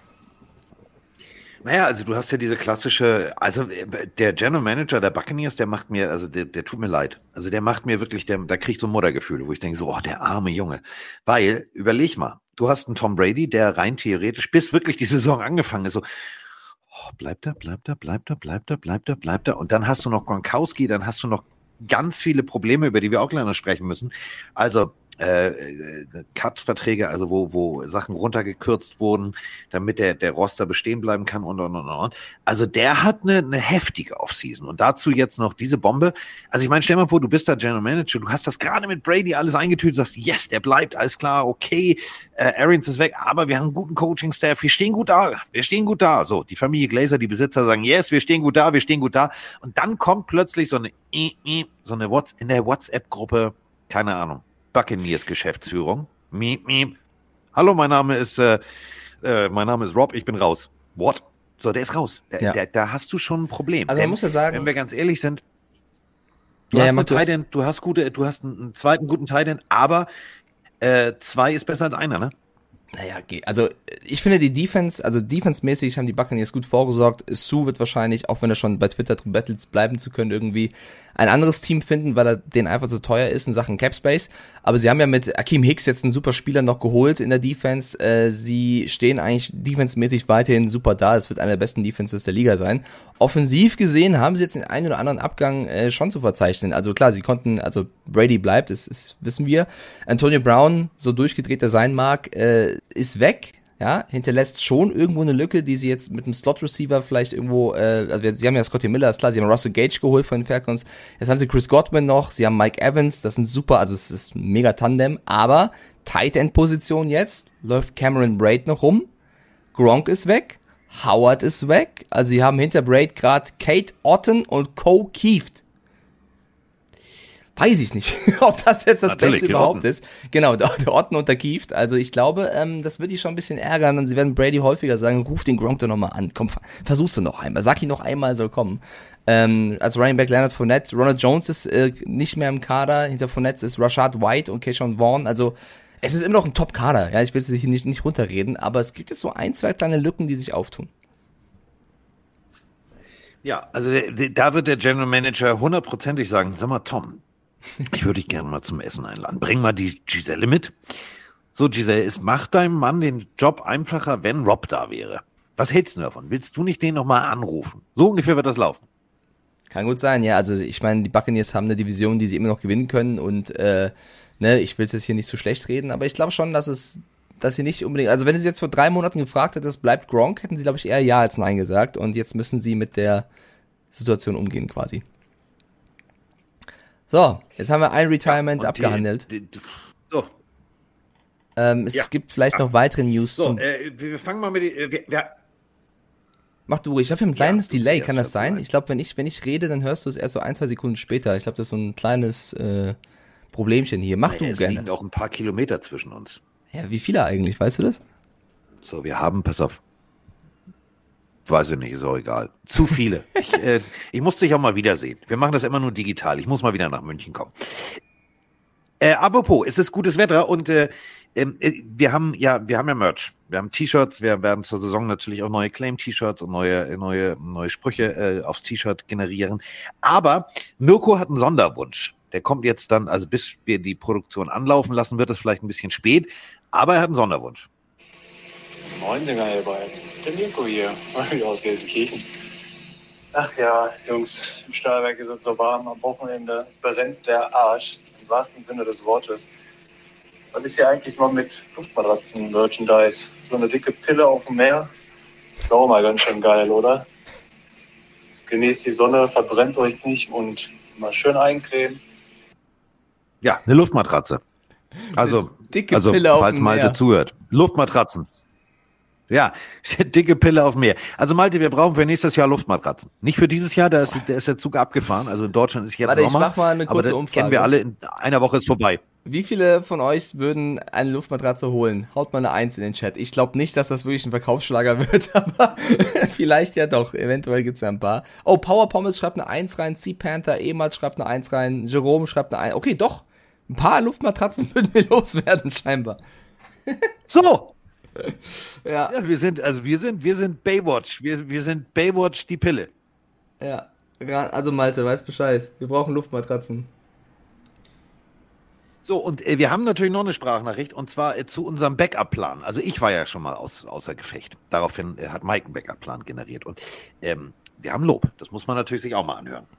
Naja, also du hast ja diese klassische, also der General Manager der Buccaneers, der macht mir, also der, der tut mir leid. Also der macht mir wirklich, der, da krieg ich so Muttergefühle, wo ich denke so, oh, der arme Junge. Weil, überleg mal, du hast einen Tom Brady, der rein theoretisch, bis wirklich die Saison angefangen ist, so, oh, bleibt er, bleibt er, bleibt er, bleibt er, bleibt er, bleibt er. Und dann hast du noch Gronkowski, dann hast du noch ganz viele Probleme, über die wir auch gleich noch sprechen müssen. Also, äh, Cut-Verträge, also wo wo Sachen runtergekürzt wurden, damit der der Roster bestehen bleiben kann und und und und. Also der hat eine eine heftige Offseason und dazu jetzt noch diese Bombe. Also ich meine, stell mal vor, du bist da General Manager, du hast das gerade mit Brady alles eingetütet, sagst, yes, der bleibt, alles klar, okay, äh, Arians ist weg, aber wir haben einen guten Coaching-Staff, wir stehen gut da, wir stehen gut da. So, die Familie Glazer, die Besitzer sagen, yes, wir stehen gut da, wir stehen gut da. Und dann kommt plötzlich so eine so eine What's in der WhatsApp-Gruppe, keine Ahnung, Buccaneers Geschäftsführung. Miep, miep. Hallo, mein Name ist äh, äh, mein Name ist Rob, ich bin raus. What? So, der ist raus. Da, ja. da, da hast du schon ein Problem. Also man muss ja sagen, wenn wir ganz ehrlich sind, du ja, hast ja, einen Tight End, du hast gute, du hast einen, einen zweiten guten Tight End, aber äh, zwei ist besser als einer, ne? Naja, also ich finde die Defense, also defense-mäßig haben die Buccaneers gut vorgesorgt. Sue wird wahrscheinlich, auch wenn er schon bei Twitter drum battles, bleiben zu können, irgendwie ein anderes Team finden, weil er denen einfach so teuer ist in Sachen Cap Space. Aber sie haben ja mit Akeem Hicks jetzt einen super Spieler noch geholt in der Defense. Äh, sie stehen eigentlich defense-mäßig weiterhin super da. Es wird einer der besten Defenses der Liga sein. Offensiv gesehen haben sie jetzt den einen oder anderen Abgang äh, schon zu verzeichnen. Also klar, sie konnten, also Brady bleibt, das, das wissen wir. Antonio Brown, so durchgedreht er sein mag, äh, ist weg. Ja, hinterlässt schon irgendwo eine Lücke, die sie jetzt mit dem Slot-Receiver vielleicht irgendwo, äh, also sie haben ja Scotty Miller, ist klar, sie haben Russell Gage geholt von den Falcons, jetzt haben sie Chris Godwin noch, sie haben Mike Evans, das sind super, also es ist ein mega Tandem, aber Tight-End-Position jetzt, läuft Cameron Braid noch rum, Gronk ist weg, Howard ist weg, also sie haben hinter Braid gerade Kate Otten und Cole Kieft. Weiß ich nicht, ob das jetzt das Natürlich, Beste überhaupt ist. Genau, der, der Otten und der Kieft. Also ich glaube, ähm, das wird die schon ein bisschen ärgern und sie werden Brady häufiger sagen, ruf den Gronk doch nochmal an. Komm, versuch's du noch einmal. Sag ihn noch einmal, soll kommen. Ähm, als Running Back Leonard Fournette, Ronald Jones ist äh, nicht mehr im Kader. Hinter Fournette ist Rashad White und Keyshawn Vaughn. Also es ist immer noch ein Top-Kader. Ja, ich will es hier nicht, nicht runterreden, aber es gibt jetzt so ein, zwei kleine Lücken, die sich auftun. Ja, also der, der, da wird der General Manager hundertprozentig sagen, sag mal, Tom, ich würde dich gerne mal zum Essen einladen. Bring mal die Giselle mit. So, Giselle, es macht deinem Mann den Job einfacher, wenn Rob da wäre. Was hältst du davon? Willst du nicht den nochmal anrufen? So ungefähr wird das laufen. Kann gut sein, ja. Also ich meine, die Buccaneers haben eine Division, die sie immer noch gewinnen können und äh, ne, ich will es jetzt hier nicht so schlecht reden, aber ich glaube schon, dass es, dass sie nicht unbedingt, also wenn sie jetzt vor drei Monaten gefragt hätte, es bleibt Gronk, hätten sie, glaube ich, eher Ja als Nein gesagt und jetzt müssen sie mit der Situation umgehen quasi. So, jetzt haben wir ein Retirement ja, abgehandelt. Die, die, so. Ähm, es ja. gibt vielleicht ja. noch weitere News. So, zum äh, wir fangen mal mit die, äh, wir, Mach du, ich glaube, wir haben ein kleines ja, Delay, kann das sein? sein? Ich glaube, wenn ich, wenn ich rede, dann hörst du es erst so ein, zwei Sekunden später. Ich glaube, das ist so ein kleines äh, Problemchen hier. Mach naja, du es gerne. Es liegen auch ein paar Kilometer zwischen uns. Ja, wie viele eigentlich, weißt du das? So, wir haben, pass auf. Weiß ich nicht, ist auch egal. Zu viele. ich, äh, ich muss dich auch mal wiedersehen. Wir machen das immer nur digital. Ich muss mal wieder nach München kommen. Äh, apropos, es ist gutes Wetter und äh, äh, wir haben ja, wir haben ja Merch. Wir haben T-Shirts. Wir werden zur Saison natürlich auch neue Claim-T-Shirts und neue, neue, neue Sprüche äh, aufs T-Shirt generieren. Aber Mirko hat einen Sonderwunsch. Der kommt jetzt dann, also bis wir die Produktion anlaufen lassen, wird es vielleicht ein bisschen spät. Aber er hat einen Sonderwunsch. Moin, Singer, ihr beiden. Der Mirko hier, aus Gelsenkirchen. Ach ja, Jungs, im Stahlwerk ist es so warm. Am Wochenende brennt der Arsch, im wahrsten Sinne des Wortes. Was ist hier eigentlich mal mit Luftmatratzen-Merchandise? So eine dicke Pille auf dem Meer? Ist auch mal ganz schön geil, oder? Genießt die Sonne, verbrennt euch nicht und mal schön eincremen. Ja, eine Luftmatratze. Also, dicke also Pille auf falls dem Malte Meer. zuhört. Luftmatratzen. Ja, dicke Pille auf dem Meer. Also Malte, wir brauchen für nächstes Jahr Luftmatratzen. Nicht für dieses Jahr, da ist, da ist der Zug abgefahren. Also in Deutschland ist jetzt Warte, ich Sommer. mach mal eine aber kurze das Umfrage. kennen wir alle, in einer Woche ist vorbei. Wie viele von euch würden eine Luftmatratze holen? Haut mal eine Eins in den Chat. Ich glaube nicht, dass das wirklich ein Verkaufsschlager wird, aber vielleicht ja doch. Eventuell gibt's ja ein paar. Oh, Power Pommes schreibt eine Eins rein, Sea Panther, Emat schreibt eine Eins rein, Jerome schreibt eine Eins. Okay, doch. Ein paar Luftmatratzen würden wir loswerden, scheinbar. So! Ja. Ja, wir sind, also wir sind, wir sind Baywatch. Wir, wir sind Baywatch die Pille. Ja. Also Malte, weiß Bescheid. Wir brauchen Luftmatratzen. So, und äh, wir haben natürlich noch eine Sprachnachricht, und zwar äh, zu unserem Backup-Plan. Also ich war ja schon mal aus, außer Gefecht. Daraufhin äh, hat Mike einen Backup-Plan generiert. Und ähm, wir haben Lob. Das muss man natürlich sich auch mal anhören.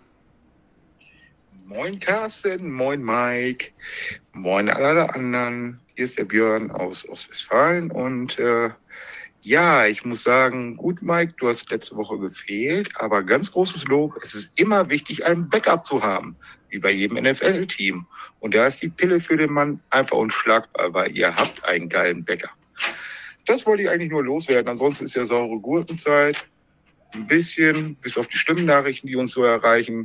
Moin Carsten, moin Mike, moin alle anderen. Hier ist der Björn aus Ostwestfalen und äh, ja, ich muss sagen, gut Mike, du hast letzte Woche gefehlt, aber ganz großes Lob, es ist immer wichtig, ein Backup zu haben, wie bei jedem N F L-Team. Und da ist die Pille für den Mann einfach unschlagbar, weil ihr habt einen geilen Backup. Das wollte ich eigentlich nur loswerden, ansonsten ist ja saure Gurkenzeit. Ein bisschen, bis auf die schlimmen Nachrichten, die uns so erreichen,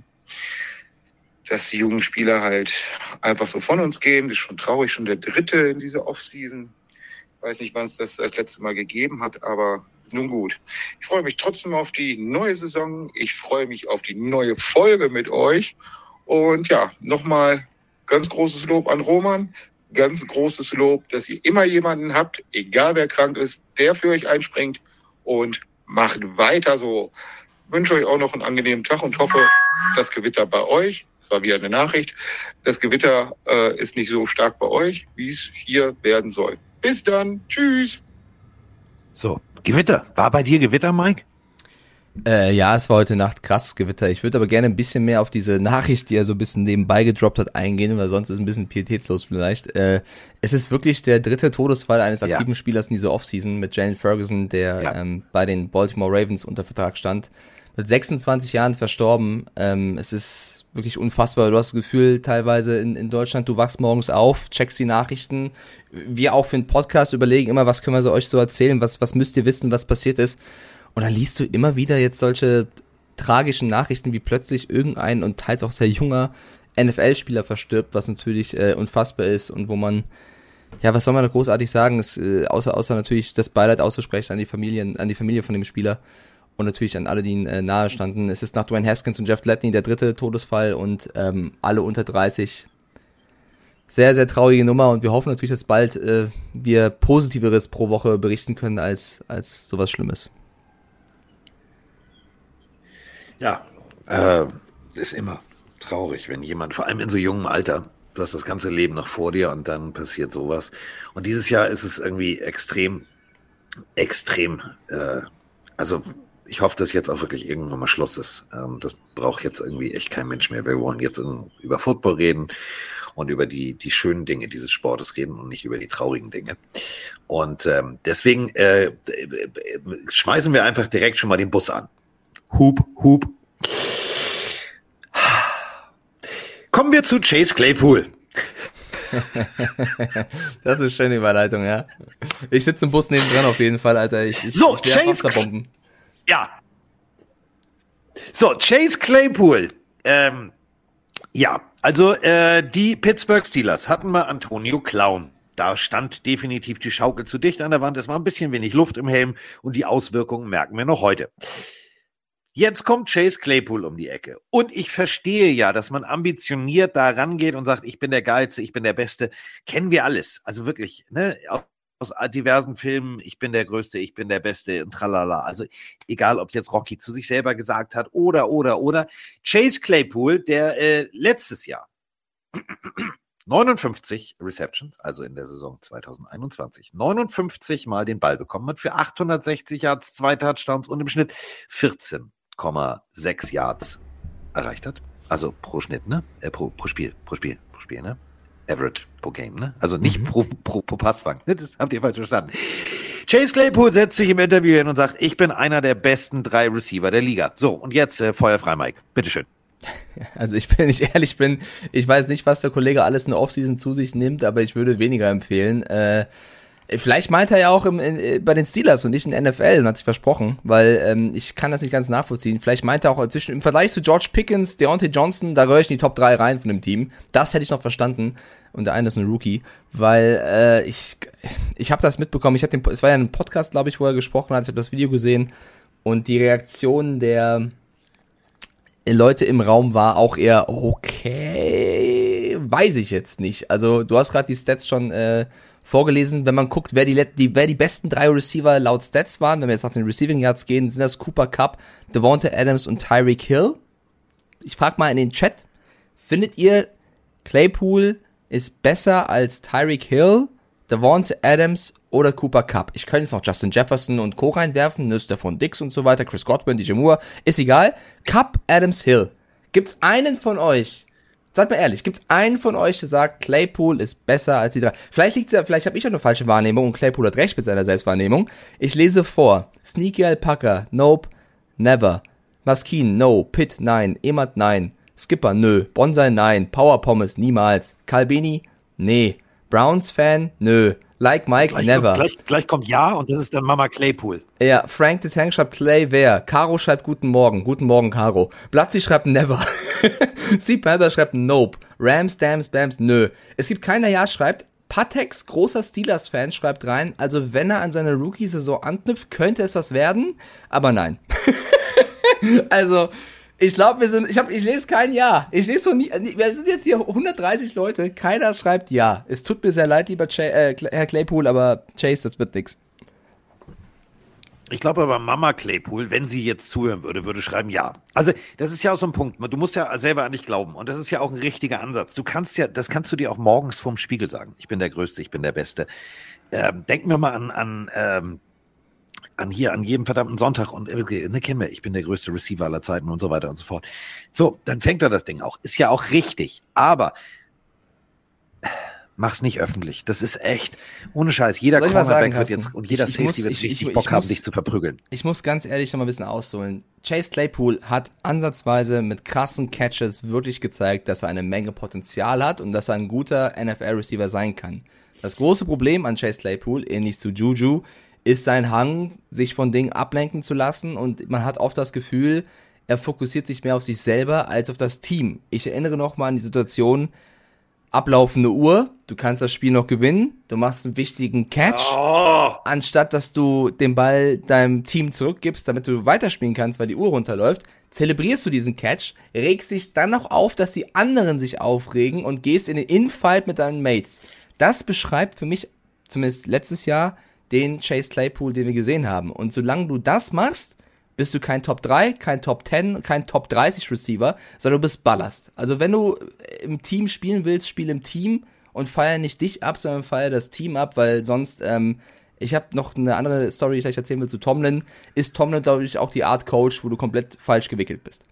dass die jungen Spieler halt einfach so von uns gehen. Das ist schon traurig, schon der dritte in dieser Offseason. Ich weiß nicht, wann es das das letzte Mal gegeben hat, aber nun gut. Ich freue mich trotzdem auf die neue Saison. Ich freue mich auf die neue Folge mit euch. Und ja, nochmal ganz großes Lob an Roman. Ganz großes Lob, dass ihr immer jemanden habt, egal wer krank ist, der für euch einspringt. Und macht weiter so. Ich wünsche euch auch noch einen angenehmen Tag und hoffe, das Gewitter bei euch, das war wieder eine Nachricht, das Gewitter äh, ist nicht so stark bei euch, wie es hier werden soll. Bis dann, tschüss. So, Gewitter. War bei dir Gewitter, Mike? Äh, ja, es war heute Nacht krass Gewitter. Ich würde aber gerne ein bisschen mehr auf diese Nachricht, die er so ein bisschen nebenbei gedroppt hat, eingehen, weil sonst ist es ein bisschen pietätslos vielleicht. Äh, es ist wirklich der dritte Todesfall eines aktiven ja. Spielers in dieser Offseason mit Jalen Ferguson, der ja. ähm, bei den Baltimore Ravens unter Vertrag stand. Mit sechsundzwanzig Jahren verstorben. Ähm, es ist wirklich unfassbar. Du hast das Gefühl, teilweise in, in Deutschland, du wachst morgens auf, checkst die Nachrichten. Wir auch für einen Podcast überlegen immer, was können wir so euch so erzählen, was, was müsst ihr wissen, was passiert ist. Und dann liest du immer wieder jetzt solche tragischen Nachrichten, wie plötzlich irgendein und teils auch sehr junger N F L-Spieler verstirbt, was natürlich äh, unfassbar ist und wo man, ja, was soll man da großartig sagen, ist, äh, außer außer natürlich das Beileid auszusprechen an die Familien, an die Familie von dem Spieler und natürlich an alle, die ihm äh, nahe standen. Es ist nach Dwayne Haskins und Jeff Gladney der dritte Todesfall und ähm, alle unter dreißig. Sehr, sehr traurige Nummer und wir hoffen natürlich, dass bald äh, wir Positiveres pro Woche berichten können als als sowas Schlimmes. Ja, äh, ist immer traurig, wenn jemand, vor allem in so jungem Alter, du hast das ganze Leben noch vor dir und dann passiert sowas. Und dieses Jahr ist es irgendwie extrem, extrem, äh, also ich hoffe, dass jetzt auch wirklich irgendwann mal Schluss ist. Ähm, das braucht jetzt irgendwie echt kein Mensch mehr. Wir wollen jetzt in, über Football reden und über die, die schönen Dinge dieses Sportes reden und nicht über die traurigen Dinge. Und ähm, deswegen äh, schmeißen wir einfach direkt schon mal den Bus an. Hup, hup. Kommen wir zu Chase Claypool. Das ist eine schöne Überleitung, ja. Ich sitze im Bus nebendran auf jeden Fall, Alter. Ich, ich, so, ich Chase Cl- Ja. So, Chase Claypool. Ähm, ja, also äh, die Pittsburgh Steelers hatten mal Antonio Clown. Da stand definitiv die Schaukel zu dicht an der Wand. Es war ein bisschen wenig Luft im Helm und die Auswirkungen merken wir noch heute. Jetzt kommt Chase Claypool um die Ecke. Und ich verstehe ja, dass man ambitioniert da rangeht und sagt, ich bin der Geilste, ich bin der Beste. Kennen wir alles. Also wirklich, ne, aus diversen Filmen, ich bin der Größte, ich bin der Beste und tralala. Also egal, ob jetzt Rocky zu sich selber gesagt hat oder, oder, oder. Chase Claypool, der äh, letztes Jahr neunundfünfzig Receptions, also in der Saison zwanzig einundzwanzig, neunundfünfzig Mal den Ball bekommen hat für achthundertsechzig Yards, zwei Touchdowns und im Schnitt vierzehn Komma sechs Yards erreicht hat. Also pro Schnitt, ne? Äh, pro, pro Spiel, pro Spiel, pro Spiel, ne? Average pro Game, ne? Also nicht mhm. pro, pro, pro Passfang. Das habt ihr falsch verstanden. Chase Claypool setzt sich im Interview hin und sagt, ich bin einer der besten drei Receiver der Liga. So, und jetzt äh, feuerfrei, Mike. Bitteschön. Also ich bin, ich ehrlich bin, ich weiß nicht, was der Kollege alles in der Offseason zu sich nimmt, aber ich würde weniger empfehlen. Äh, vielleicht meint er ja auch im, in, bei den Steelers und nicht in der N F L und hat sich versprochen, weil ähm, ich kann das nicht ganz nachvollziehen. Vielleicht meint er auch zwischen, im Vergleich zu George Pickens, Deontay Johnson, da gehöre ich in die Top drei rein von dem Team. Das hätte ich noch verstanden. Und der eine ist ein Rookie, weil äh, ich ich habe das mitbekommen. Ich hatte den, es war ja ein Podcast, glaube ich, wo er gesprochen hat. Ich habe das Video gesehen und die Reaktion der Leute im Raum war auch eher okay, weiß ich jetzt nicht. Also du hast gerade die Stats schon äh, vorgelesen. Wenn man guckt, wer die, die wer die besten drei Receiver laut Stats waren, wenn wir jetzt nach den Receiving Yards gehen, sind das Cooper Kupp, Devonta Adams und Tyreek Hill. Ich frage mal in den Chat, findet ihr Claypool ist besser als Tyreek Hill, Devonta Adams oder Cooper Kupp? Ich könnte jetzt noch Justin Jefferson und Co. reinwerfen, ne, Stephon Diggs und so weiter, Chris Godwin, D J Moore, ist egal. Kupp, Adams, Hill. Gibt's einen von euch, seid mal ehrlich, gibt's einen von euch, der sagt, Claypool ist besser als die drei? Vielleicht liegt's ja, vielleicht habe ich ja eine falsche Wahrnehmung und Claypool hat recht mit seiner Selbstwahrnehmung. Ich lese vor. Sneaky Alpaca, nope, never. Maskin, no. Pitt, nein. Emert, nein. Skipper, nö. Bonsai, nein. Power Pommes, niemals. Calbini, nee. Browns-Fan, nö. Like Mike, gleich never. Kommt, gleich, gleich kommt ja und das ist dann Mama Claypool. Ja, Frank the Tank schreibt Clay, wer? Caro schreibt Guten Morgen. Guten Morgen, Caro. Blatzi schreibt never. Steve Panther schreibt nope. Rams, Dams, Bams, nö. Es gibt keiner, ja, schreibt. Patex, großer Steelers-Fan, schreibt rein, also wenn er an seine Rookie-Saison anknüpft, könnte es was werden, aber nein. Also, ich glaube, wir sind, ich habe, ich lese kein Ja. Ich lese so nie, wir sind jetzt hier hundertdreißig Leute, keiner schreibt Ja. Es tut mir sehr leid, lieber Ch- äh, Herr Claypool, aber Chase, das wird nix. Ich glaube aber, Mama Claypool, wenn sie jetzt zuhören würde, würde schreiben ja. Also, das ist ja auch so ein Punkt. Du musst ja selber an dich glauben. Und das ist ja auch ein richtiger Ansatz. Du kannst ja, das kannst du dir auch morgens vorm Spiegel sagen. Ich bin der Größte, ich bin der Beste. Ähm, denk mir mal an, an, ähm, an hier, an jedem verdammten Sonntag und, äh, ne, kennen wir, ich bin der größte Receiver aller Zeiten und so weiter und so fort. So, dann fängt er das Ding auch. Ist ja auch richtig. Aber, mach's nicht öffentlich. Das ist echt, ohne Scheiß. Jeder Cornerback wird jetzt und jeder ich, ich Safety muss, wird ich, richtig ich, Bock ich haben, muss, dich zu verprügeln. Ich muss ganz ehrlich noch mal ein bisschen ausholen. Chase Claypool hat ansatzweise mit krassen Catches wirklich gezeigt, dass er eine Menge Potenzial hat und dass er ein guter N F L-Receiver sein kann. Das große Problem an Chase Claypool, ähnlich zu Juju, ist sein Hang, sich von Dingen ablenken zu lassen und man hat oft das Gefühl, er fokussiert sich mehr auf sich selber als auf das Team. Ich erinnere noch mal an die Situation, ablaufende Uhr, du kannst das Spiel noch gewinnen, du machst einen wichtigen Catch, oh. anstatt dass du den Ball deinem Team zurückgibst, damit du weiterspielen kannst, weil die Uhr runterläuft, zelebrierst du diesen Catch, regst dich dann noch auf, dass die anderen sich aufregen und gehst in den Infight mit deinen Mates. Das beschreibt für mich, zumindest letztes Jahr, den Chase Claypool, den wir gesehen haben. Und solange du das machst, bist du kein Top drei, kein Top zehn, kein Top dreißig Receiver, sondern du bist Ballast. Also wenn du im Team spielen willst, spiel im Team und feier nicht dich ab, sondern feier das Team ab, weil sonst, ähm, ich habe noch eine andere Story, die ich gleich erzählen will zu Tomlin. Ist Tomlin, glaube ich, auch die Art Coach, wo du komplett falsch gewickelt bist?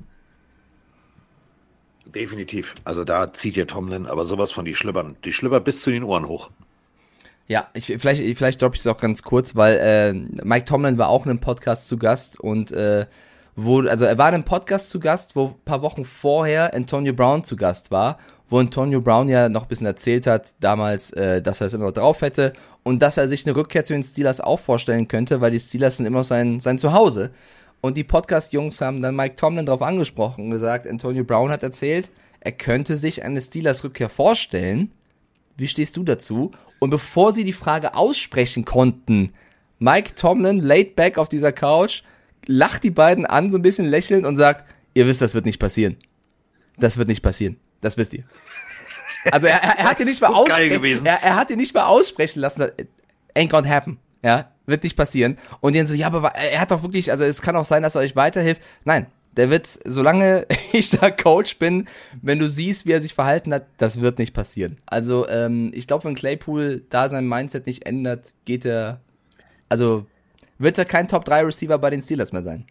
Definitiv. Also da zieht ihr Tomlin aber sowas von die Schlüppern. Die Schlüpper bis zu den Ohren hoch. Ja, ich, vielleicht, vielleicht droppe ich es auch ganz kurz, weil äh, Mike Tomlin war auch in einem Podcast zu Gast und äh, wo, also er war in einem Podcast zu Gast, wo ein paar Wochen vorher Antonio Brown zu Gast war, wo Antonio Brown ja noch ein bisschen erzählt hat, damals, äh, dass er es immer noch drauf hätte und dass er sich eine Rückkehr zu den Steelers auch vorstellen könnte, weil die Steelers sind immer noch sein, sein Zuhause. Und die Podcast-Jungs haben dann Mike Tomlin darauf angesprochen und gesagt, Antonio Brown hat erzählt, er könnte sich eine Steelers-Rückkehr vorstellen. Wie stehst du dazu? Und bevor sie die Frage aussprechen konnten, Mike Tomlin laid back auf dieser Couch, lacht die beiden an, so ein bisschen lächelnd und sagt, ihr wisst, das wird nicht passieren. Das wird nicht passieren. Das wisst ihr. Also er, er, er hat dir nicht mal aussprechen, er, er hat dir nicht mal aussprechen lassen, ain't gonna happen. Ja, wird nicht passieren. Und die dann so, ja, aber er hat doch wirklich, also es kann auch sein, dass er euch weiterhilft. Nein, Der wird, solange ich da Coach bin, wenn du siehst, wie er sich verhalten hat, das wird nicht passieren. Also ähm, ich glaube, wenn Claypool da sein Mindset nicht ändert, geht er, also wird er kein Top drei Receiver bei den Steelers mehr sein.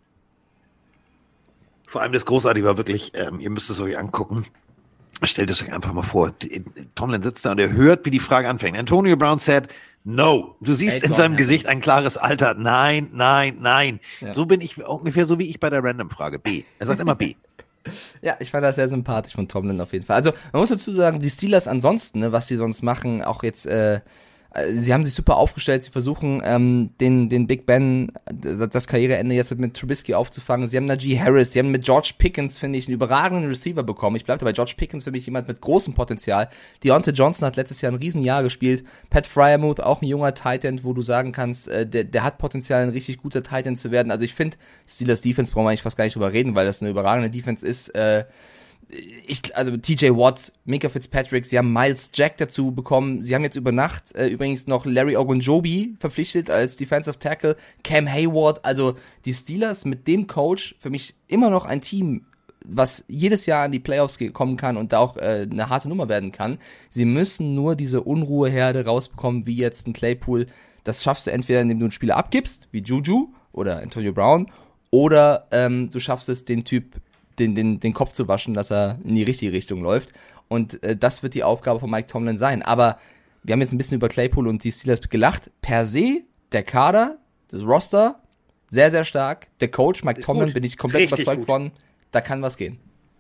Vor allem das Großartige war wirklich, ähm, ihr müsst es euch angucken. Stellt es euch einfach mal vor. Tomlin sitzt da und er hört, wie die Frage anfängt. Antonio Brown said, no. Du siehst hey, in seinem Gesicht ein klares Alter. Nein, nein, nein. Ja. So bin ich ungefähr so wie ich bei der Random-Frage. B. Er sagt immer B. Ja, ich fand das sehr sympathisch von Tomlin auf jeden Fall. Also man muss dazu sagen, die Steelers ansonsten, ne, was die sonst machen, auch jetzt, äh, sie haben sich super aufgestellt, sie versuchen ähm, den den Big Ben, das Karriereende jetzt mit, mit Trubisky aufzufangen. Sie haben Najee Harris, sie haben mit George Pickens, finde ich, einen überragenden Receiver bekommen. Ich bleibe dabei, George Pickens für mich jemand mit großem Potenzial. Deontay Johnson hat letztes Jahr ein Riesenjahr gespielt. Pat Freiermuth, auch ein junger Tight End, wo du sagen kannst, äh, der, der hat Potenzial, ein richtig guter Tight End zu werden. Also ich finde, Steelers Defense brauchen wir eigentlich fast gar nicht drüber reden, weil das eine überragende Defense ist. Äh, Ich, also T J Watt, Minka Fitzpatrick, sie haben Miles Jack dazu bekommen, sie haben jetzt über Nacht äh, übrigens noch Larry Ogunjobi verpflichtet als Defensive Tackle, Cam Hayward, also die Steelers mit dem Coach, für mich immer noch ein Team, was jedes Jahr in die Playoffs kommen kann und da auch äh, eine harte Nummer werden kann. Sie müssen nur diese Unruheherde rausbekommen, wie jetzt ein Claypool. Das schaffst du entweder, indem du einen Spieler abgibst, wie Juju oder Antonio Brown, oder ähm, du schaffst es, den Typ Den, den, den Kopf zu waschen, dass er in die richtige Richtung läuft. Und äh, das wird die Aufgabe von Mike Tomlin sein. Aber wir haben jetzt ein bisschen über Claypool und die Steelers gelacht. Per se, der Kader, das Roster, sehr, sehr stark. Der Coach, Mike Ist Tomlin, gut. bin ich komplett Richtig überzeugt gut. von, da kann was gehen.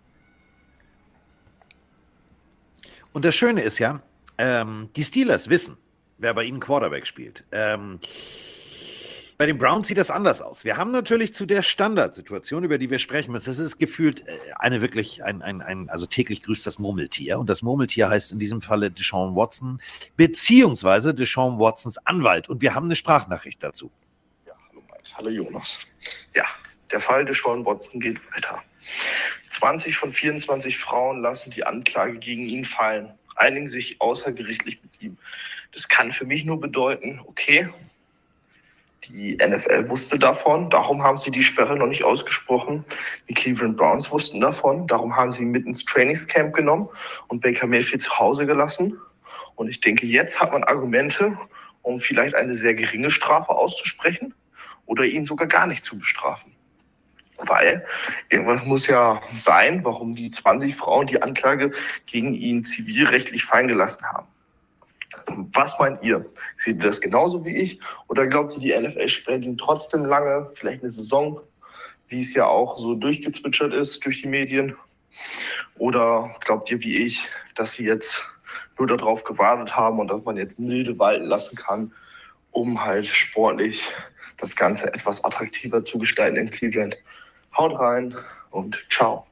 Und das Schöne ist ja, ähm, die Steelers wissen, wer bei ihnen Quarterback spielt. Ähm, Bei den Browns sieht das anders aus. Wir haben natürlich zu der Standardsituation, über die wir sprechen müssen, das ist gefühlt eine wirklich, ein, ein, ein, also täglich grüßt das Murmeltier. Und das Murmeltier heißt in diesem Falle Deshaun Watson, beziehungsweise Deshaun Watsons Anwalt. Und wir haben eine Sprachnachricht dazu. Ja, hallo Mike, hallo Jonas. Ja, der Fall Deshaun Watson geht weiter. zwanzig von vierundzwanzig Frauen lassen die Anklage gegen ihn fallen, einigen sich außergerichtlich mit ihm. Das kann für mich nur bedeuten, okay, die N F L wusste davon, darum haben sie die Sperre noch nicht ausgesprochen. Die Cleveland Browns wussten davon, darum haben sie ihn mit ins Trainingscamp genommen und Baker Mayfield zu Hause gelassen. Und ich denke, jetzt hat man Argumente, um vielleicht eine sehr geringe Strafe auszusprechen oder ihn sogar gar nicht zu bestrafen. Weil irgendwas muss ja sein, warum die zwanzig Frauen die Anklage gegen ihn zivilrechtlich fallen gelassen haben. Was meint ihr? Seht ihr das genauso wie ich? Oder glaubt ihr, die N F L sperrt ihn trotzdem lange, vielleicht eine Saison, wie es ja auch so durchgezwitschert ist durch die Medien? Oder glaubt ihr wie ich, dass sie jetzt nur darauf gewartet haben und dass man jetzt milde walten lassen kann, um halt sportlich das Ganze etwas attraktiver zu gestalten in Cleveland? Haut rein und ciao.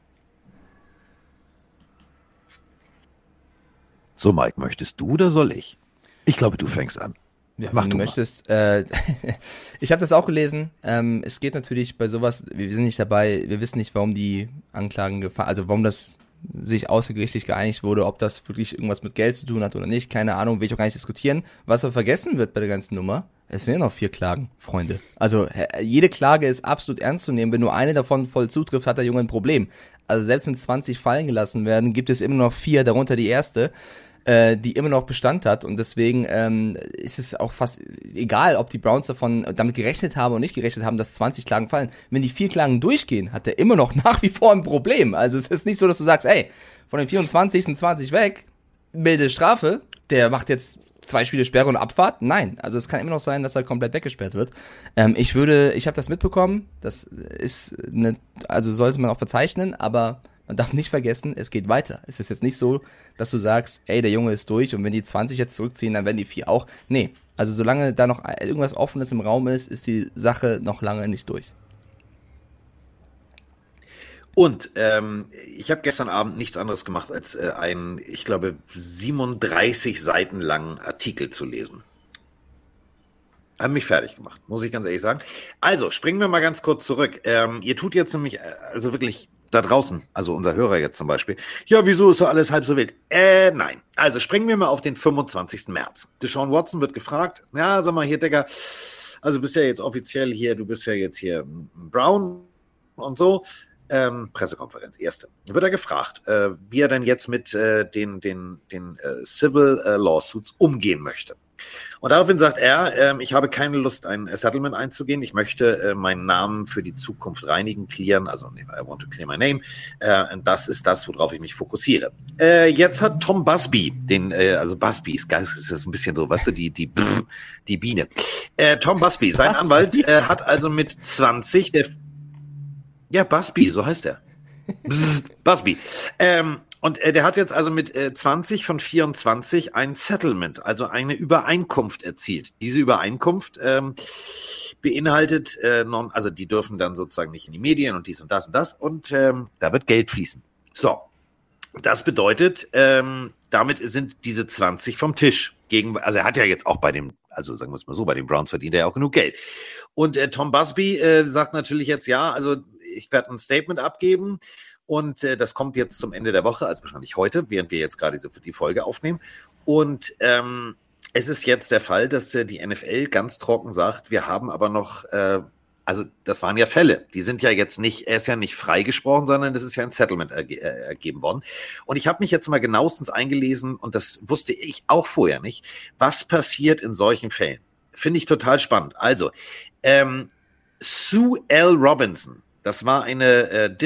So, Mike, möchtest du oder soll ich? Ich glaube, du fängst an. Ja, Mach wenn du, du möchtest. Äh, ich habe das auch gelesen. Ähm, es geht natürlich bei sowas, wir sind nicht dabei, wir wissen nicht, warum die Anklagen gefallen, also warum das sich außergerichtlich geeinigt wurde, ob das wirklich irgendwas mit Geld zu tun hat oder nicht, keine Ahnung, will ich auch gar nicht diskutieren. Was aber vergessen wird bei der ganzen Nummer, es sind ja noch vier Klagen, Freunde. Also jede Klage ist absolut ernst zu nehmen. Wenn nur eine davon voll zutrifft, hat der Junge ein Problem. Also selbst wenn zwanzig fallen gelassen werden, gibt es immer noch vier, darunter die erste, äh, die immer noch Bestand hat. Und deswegen ähm, ist es auch fast egal, ob die Browns davon damit gerechnet haben oder nicht gerechnet haben, dass zwanzig Klagen fallen. Wenn die vier Klagen durchgehen, hat er immer noch nach wie vor ein Problem. Also es ist nicht so, dass du sagst, ey, von den vierundzwanzig sind zwanzig weg, milde Strafe, der macht jetzt zwei Spiele Sperre und Abfahrt. Nein, also es kann immer noch sein, dass er komplett weggesperrt wird. Ähm, ich würde, ich habe das mitbekommen, das ist eine, also sollte man auch verzeichnen, aber man darf nicht vergessen, es geht weiter. Es ist jetzt nicht so, dass du sagst, ey, der Junge ist durch und wenn die zwanzig jetzt zurückziehen, dann werden die vier auch. Nee, also solange da noch irgendwas Offenes im Raum ist, ist die Sache noch lange nicht durch. Und ähm, ich habe gestern Abend nichts anderes gemacht, als äh, einen, ich glaube, siebenunddreißig Seiten langen Artikel zu lesen. Hat mich fertig gemacht, muss ich ganz ehrlich sagen. Also, springen wir mal ganz kurz zurück. Ähm, ihr tut jetzt nämlich, also wirklich da draußen, also unser Hörer jetzt zum Beispiel, ja, wieso ist so alles halb so wild? Äh, nein. Also, springen wir mal auf den fünfundzwanzigsten März. Deshaun Watson wird gefragt, ja, sag mal hier, Digga, also bist ja jetzt offiziell hier, du bist ja jetzt hier Brown, und so. Ähm, Pressekonferenz, erste. Wird er gefragt, äh, wie er denn jetzt mit äh, den, den, den äh, Civil äh, Lawsuits umgehen möchte. Und daraufhin sagt er, äh, ich habe keine Lust, ein Settlement einzugehen. Ich möchte äh, meinen Namen für die Zukunft reinigen, clearen. Also, I want to clear my name. Äh, das ist das, worauf ich mich fokussiere. Äh, jetzt hat Tom Busby, den, äh, also Busby ist, ist das ein bisschen so, weißt du, die, die, brr, die Biene. Äh, Tom Busby, sein Busby. Anwalt, äh, hat also mit zwanzig, der Ja, Busby, so heißt er. Bzzt, Busby. Ähm, und äh, der hat jetzt also mit äh, zwanzig von vierundzwanzig ein Settlement, also eine Übereinkunft erzielt. Diese Übereinkunft ähm, beinhaltet, äh, non, also die dürfen dann sozusagen nicht in die Medien und dies und das und das und ähm, da wird Geld fließen. So, das bedeutet, ähm, damit sind diese zwanzig vom Tisch. Gegen, also er hat ja jetzt auch bei dem, also sagen wir es mal so, bei den Browns verdient er ja auch genug Geld. Und äh, Tom Busby äh, sagt natürlich jetzt, ja, also ich werde ein Statement abgeben und äh, das kommt jetzt zum Ende der Woche, also wahrscheinlich heute, während wir jetzt gerade die Folge aufnehmen. Und ähm, es ist jetzt der Fall, dass äh, die N F L ganz trocken sagt, wir haben aber noch, äh, also das waren ja Fälle, die sind ja jetzt nicht, er ist ja nicht freigesprochen, sondern es ist ja ein Settlement erge- äh, ergeben worden. Und ich habe mich jetzt mal genauestens eingelesen und das wusste ich auch vorher nicht, was passiert in solchen Fällen. Finde ich total spannend. Also, ähm, Sue L. Robinson, das war eine äh,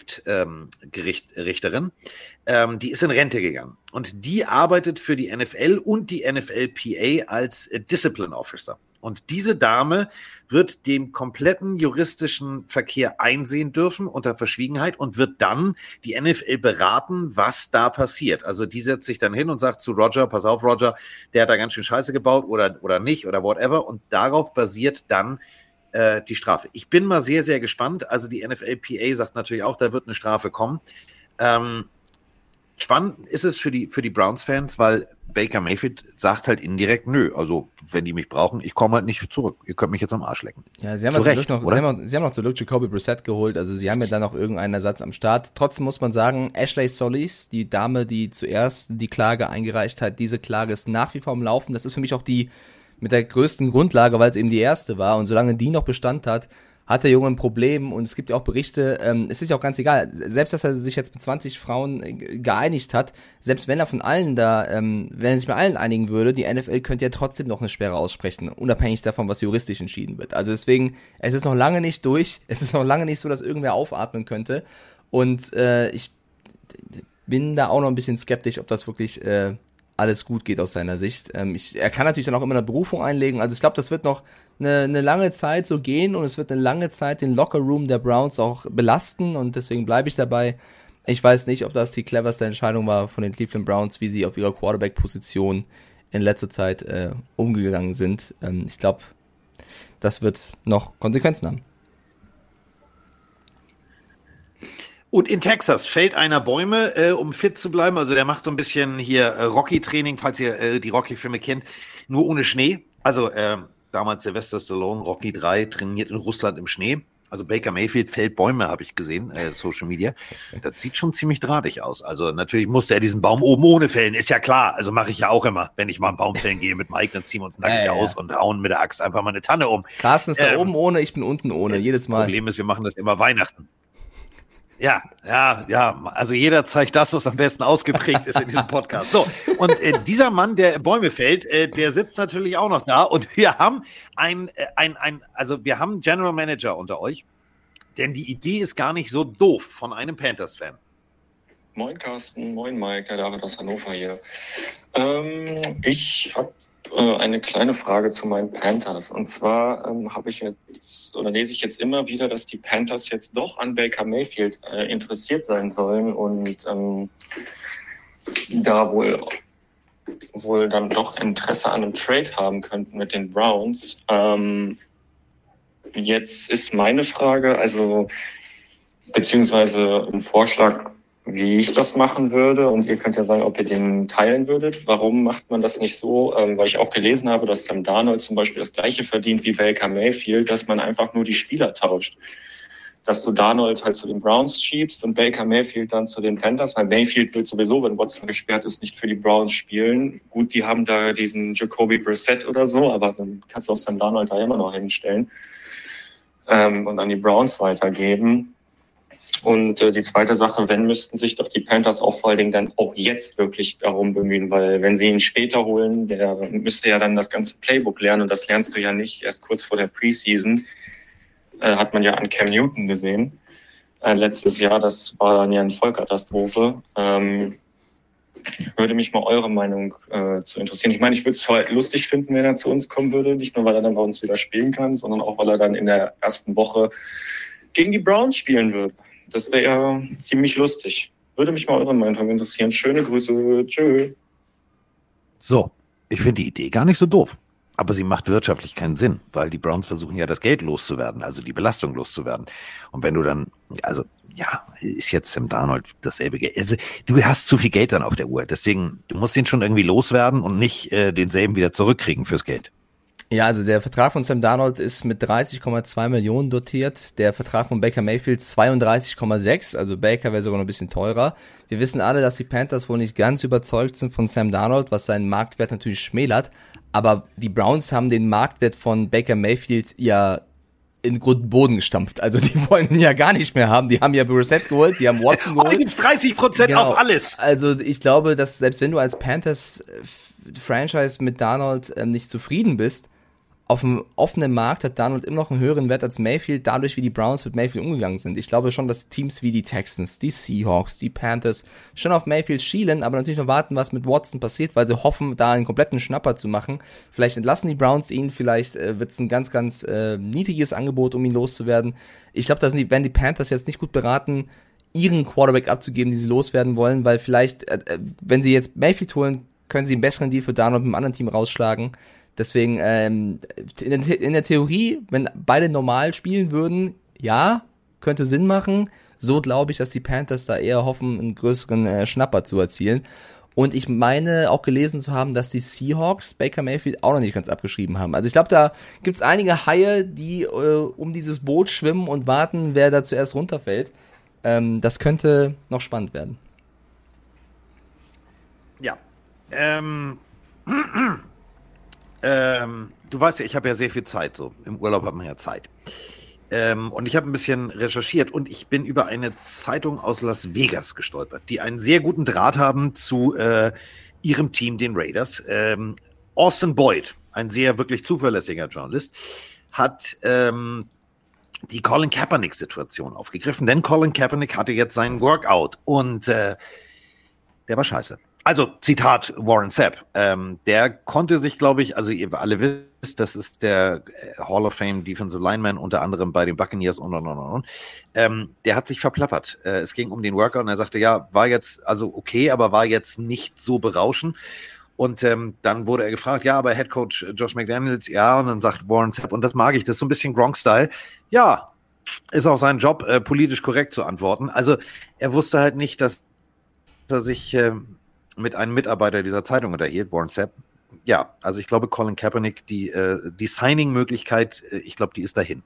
District-Richterin, ähm, ähm, die ist in Rente gegangen. Und die arbeitet für die N F L und die N F L P A als äh, Discipline Officer. Und diese Dame wird den kompletten juristischen Verkehr einsehen dürfen unter Verschwiegenheit und wird dann die N F L beraten, was da passiert. Also die setzt sich dann hin und sagt zu Roger, pass auf Roger, der hat da ganz schön Scheiße gebaut oder, oder nicht oder whatever. Und darauf basiert dann die Strafe. Ich bin mal sehr, sehr gespannt. Also die N F L P A sagt natürlich auch, da wird eine Strafe kommen. Ähm, spannend ist es für die, für die Browns-Fans, weil Baker Mayfield sagt halt indirekt, nö, also wenn die mich brauchen, ich komme halt nicht zurück. Ihr könnt mich jetzt am Arsch lecken. Ja, sie haben, Zu Recht, noch, sie haben, sie haben noch zu Glück Jacoby Brissett geholt, also sie haben ja dann noch irgendeinen Ersatz am Start. Trotzdem muss man sagen, Ashley Solis, die Dame, die zuerst die Klage eingereicht hat, diese Klage ist nach wie vor im Laufen. Das ist für mich auch die mit der größten Grundlage, weil es eben die erste war und solange die noch Bestand hat, hat der Junge ein Problem und es gibt ja auch Berichte, ähm, es ist ja auch ganz egal, selbst dass er sich jetzt mit zwanzig Frauen geeinigt hat, selbst wenn er von allen da, ähm, wenn er sich mit allen einigen würde, die N F L könnte ja trotzdem noch eine Sperre aussprechen, unabhängig davon, was juristisch entschieden wird. Also deswegen, es ist noch lange nicht durch, es ist noch lange nicht so, dass irgendwer aufatmen könnte und äh, ich bin da auch noch ein bisschen skeptisch, ob das wirklich äh, alles gut geht aus seiner Sicht. Ähm, ich, er kann natürlich dann auch immer eine Berufung einlegen. Also ich glaube, das wird noch eine, eine lange Zeit so gehen und es wird eine lange Zeit den Lockerroom der Browns auch belasten und deswegen bleibe ich dabei. Ich weiß nicht, ob das die cleverste Entscheidung war von den Cleveland Browns, wie sie auf ihrer Quarterback-Position in letzter Zeit äh, umgegangen sind. Ähm, ich glaube, das wird noch Konsequenzen haben. Und in Texas fällt einer Bäume, äh, um fit zu bleiben. Also der macht so ein bisschen hier äh, Rocky-Training, falls ihr äh, die Rocky-Filme kennt, nur ohne Schnee. Also äh, damals Sylvester Stallone, Rocky drei, trainiert in Russland im Schnee. Also Baker Mayfield fällt Bäume, habe ich gesehen, äh, Social Media. Das sieht schon ziemlich drahtig aus. Also natürlich musste er diesen Baum oben ohne fällen, ist ja klar. Also mache ich ja auch immer, wenn ich mal einen Baum fällen gehe mit Mike, dann ziehen wir uns nackig ja, ja. aus und hauen mit der Axt einfach mal eine Tanne um. Carsten ist ähm, da oben ohne, ich bin unten ohne, jedes Mal. Das Problem ist, wir machen das immer Weihnachten. Ja, ja, ja, also jeder zeigt das, was am besten ausgeprägt ist in diesem Podcast. So, und äh, dieser Mann, der Bäume fällt, äh, der sitzt natürlich auch noch da und wir haben ein, äh, ein, ein, also wir haben einen General Manager unter euch, denn die Idee ist gar nicht so doof von einem Panthers-Fan. Moin Carsten, moin Mike, der David aus Hannover hier. Ähm, ich habe äh, eine kleine Frage zu meinen Panthers. Und zwar ähm, habe ich jetzt, oder lese ich jetzt immer wieder, dass die Panthers jetzt doch an Baker Mayfield äh, interessiert sein sollen und ähm, da wohl, wohl dann doch Interesse an einem Trade haben könnten mit den Browns. Ähm, jetzt ist meine Frage, also beziehungsweise ein Vorschlag, wie ich das machen würde. Und ihr könnt ja sagen, ob ihr den teilen würdet. Warum macht man das nicht so? Ähm, weil ich auch gelesen habe, dass Sam Darnold zum Beispiel das Gleiche verdient wie Baker Mayfield, dass man einfach nur die Spieler tauscht. Dass du Darnold halt zu den Browns schiebst und Baker Mayfield dann zu den Panthers, weil Mayfield will sowieso, wenn Watson gesperrt ist, nicht für die Browns spielen. Gut, die haben da diesen Jacoby Brissett oder so, aber dann kannst du auch Sam Darnold da immer noch hinstellen ähm, und an die Browns weitergeben. Und äh, die zweite Sache, wenn, müssten sich doch die Panthers auch vor allen Dingen dann auch jetzt wirklich darum bemühen, weil wenn sie ihn später holen, der müsste ja dann das ganze Playbook lernen und das lernst du ja nicht erst kurz vor der Preseason. Äh, hat man ja an Cam Newton gesehen äh, letztes Jahr, das war dann ja eine Vollkatastrophe. Ähm, würde mich mal eure Meinung äh, zu interessieren. Ich meine, ich würde es halt lustig finden, wenn er zu uns kommen würde, nicht nur, weil er dann bei uns wieder spielen kann, sondern auch, weil er dann in der ersten Woche gegen die Browns spielen würde. Das wäre ja ziemlich lustig. Würde mich mal eure Meinung interessieren. Schöne Grüße. Tschö. So, ich finde die Idee gar nicht so doof. Aber sie macht wirtschaftlich keinen Sinn, weil die Browns versuchen ja das Geld loszuwerden, also die Belastung loszuwerden. Und wenn du dann, also ja, ist jetzt Sam Darnold dasselbe Geld. Also du hast zu viel Geld dann auf der Uhr. Deswegen, du musst den schon irgendwie loswerden und nicht äh, denselben wieder zurückkriegen fürs Geld. Ja, also der Vertrag von Sam Darnold ist mit dreißig Komma zwei Millionen dotiert, der Vertrag von Baker Mayfield zweiunddreißig Komma sechs, also Baker wäre sogar noch ein bisschen teurer. Wir wissen alle, dass die Panthers wohl nicht ganz überzeugt sind von Sam Darnold, was seinen Marktwert natürlich schmälert, aber die Browns haben den Marktwert von Baker Mayfield ja in Grund und Boden gestampft, also die wollen ihn ja gar nicht mehr haben, die haben ja Brissett geholt, die haben Watson geholt. Oh, da gibt's dreißig Prozent genau. Auf alles. Also ich glaube, dass selbst wenn du als Panthers-Franchise mit Darnold ähm, nicht zufrieden bist, auf dem offenen Markt hat Darnold immer noch einen höheren Wert als Mayfield, dadurch wie die Browns mit Mayfield umgegangen sind. Ich glaube schon, dass Teams wie die Texans, die Seahawks, die Panthers schon auf Mayfield schielen, aber natürlich noch warten, was mit Watson passiert, weil sie hoffen, da einen kompletten Schnapper zu machen. Vielleicht entlassen die Browns ihn, vielleicht äh, wird es ein ganz, ganz äh, niedriges Angebot, um ihn loszuwerden. Ich glaube, da sind die, werden die Panthers jetzt nicht gut beraten, ihren Quarterback abzugeben, die sie loswerden wollen, weil vielleicht, äh, wenn sie jetzt Mayfield holen, können sie einen besseren Deal für Darnold mit einem anderen Team rausschlagen. Deswegen, ähm, in, der, in der Theorie, wenn beide normal spielen würden, ja, könnte Sinn machen. So glaube ich, dass die Panthers da eher hoffen, einen größeren äh, Schnapper zu erzielen. Und ich meine auch gelesen zu haben, dass die Seahawks Baker Mayfield auch noch nicht ganz abgeschrieben haben. Also ich glaube, da gibt's einige Haie, die äh, um dieses Boot schwimmen und warten, wer da zuerst runterfällt. Ähm, das könnte noch spannend werden. Ja. Ähm... Ähm, du weißt ja, ich habe ja sehr viel Zeit, so im Urlaub hat man ja Zeit. Ähm, und ich habe ein bisschen recherchiert und ich bin über eine Zeitung aus Las Vegas gestolpert, die einen sehr guten Draht haben zu äh, ihrem Team, den Raiders. Ähm, Austin Boyd, ein sehr wirklich zuverlässiger Journalist, hat ähm, die Colin Kaepernick-Situation aufgegriffen, denn Colin Kaepernick hatte jetzt seinen Workout und äh, der war scheiße. Also, Zitat Warren Sapp, ähm, der konnte sich, glaube ich, also ihr alle wisst, das ist der Hall of Fame Defensive Lineman, unter anderem bei den Buccaneers und, und, und, und, ähm, der hat sich verplappert. Äh, es ging um den Workout und er sagte, ja, war jetzt, also okay, aber war jetzt nicht so berauschend. Und ähm, dann wurde er gefragt, ja, aber Head Coach Josh McDaniels, ja, und dann sagt Warren Sapp, und das mag ich, das ist so ein bisschen Gronk-Style, ja, ist auch sein Job, äh, politisch korrekt zu antworten. Also, er wusste halt nicht, dass er sich äh, mit einem Mitarbeiter dieser Zeitung unterhielt, Warren Sapp. Ja, also ich glaube, Colin Kaepernick, die, äh, die Signing-Möglichkeit, äh, ich glaube, die ist dahin.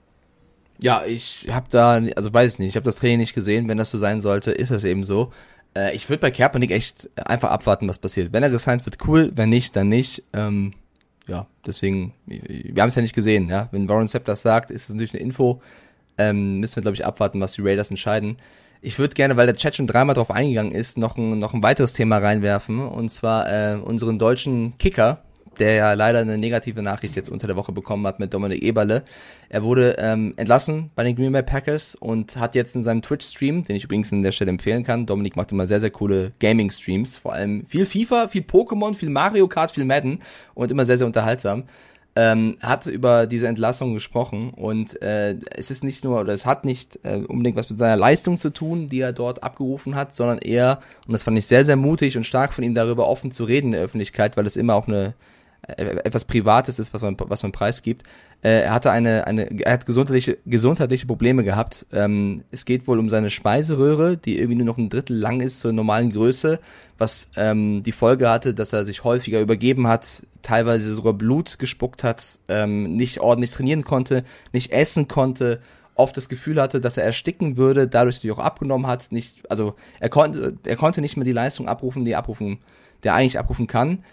Ja, ich habe da, also weiß ich nicht, ich habe das Training nicht gesehen, wenn das so sein sollte, ist das eben so. Äh, ich würde bei Kaepernick echt einfach abwarten, was passiert. Wenn er gesigned wird, cool, wenn nicht, dann nicht. Ähm, ja, deswegen, wir haben es ja nicht gesehen, ja. Wenn Warren Sapp das sagt, ist das natürlich eine Info. Ähm, müssen wir, glaube ich, abwarten, was die Raiders entscheiden. Ich würde gerne, weil der Chat schon dreimal drauf eingegangen ist, noch ein, noch ein weiteres Thema reinwerfen. Und zwar äh, unseren deutschen Kicker, der ja leider eine negative Nachricht jetzt unter der Woche bekommen hat mit Dominik Eberle. Er wurde ähm, entlassen bei den Green Bay Packers und hat jetzt in seinem Twitch-Stream, den ich übrigens an der Stelle empfehlen kann, Dominik macht immer sehr, sehr coole Gaming-Streams, vor allem viel FIFA, viel Pokémon, viel Mario Kart, viel Madden und immer sehr, sehr unterhaltsam. Ähm, hat über diese Entlassung gesprochen und äh, es ist nicht nur, oder es hat nicht äh, unbedingt was mit seiner Leistung zu tun, die er dort abgerufen hat, sondern eher, und das fand ich sehr, sehr mutig und stark von ihm, darüber offen zu reden in der Öffentlichkeit, weil es immer auch eine äh, etwas Privates ist, was man, was man preisgibt. Äh, er hatte eine, eine, er hat gesundheitliche, gesundheitliche Probleme gehabt. Ähm, es geht wohl um seine Speiseröhre, die irgendwie nur noch ein Drittel lang ist zur normalen Größe, was ähm, die Folge hatte, dass er sich häufiger übergeben hat, teilweise sogar Blut gespuckt hat, ähm, nicht ordentlich trainieren konnte, nicht essen konnte, oft das Gefühl hatte, dass er ersticken würde, dadurch, dass er auch abgenommen hat, nicht, also er konnte, er konnte nicht mehr die Leistung abrufen, die er abrufen, der er eigentlich abrufen kann.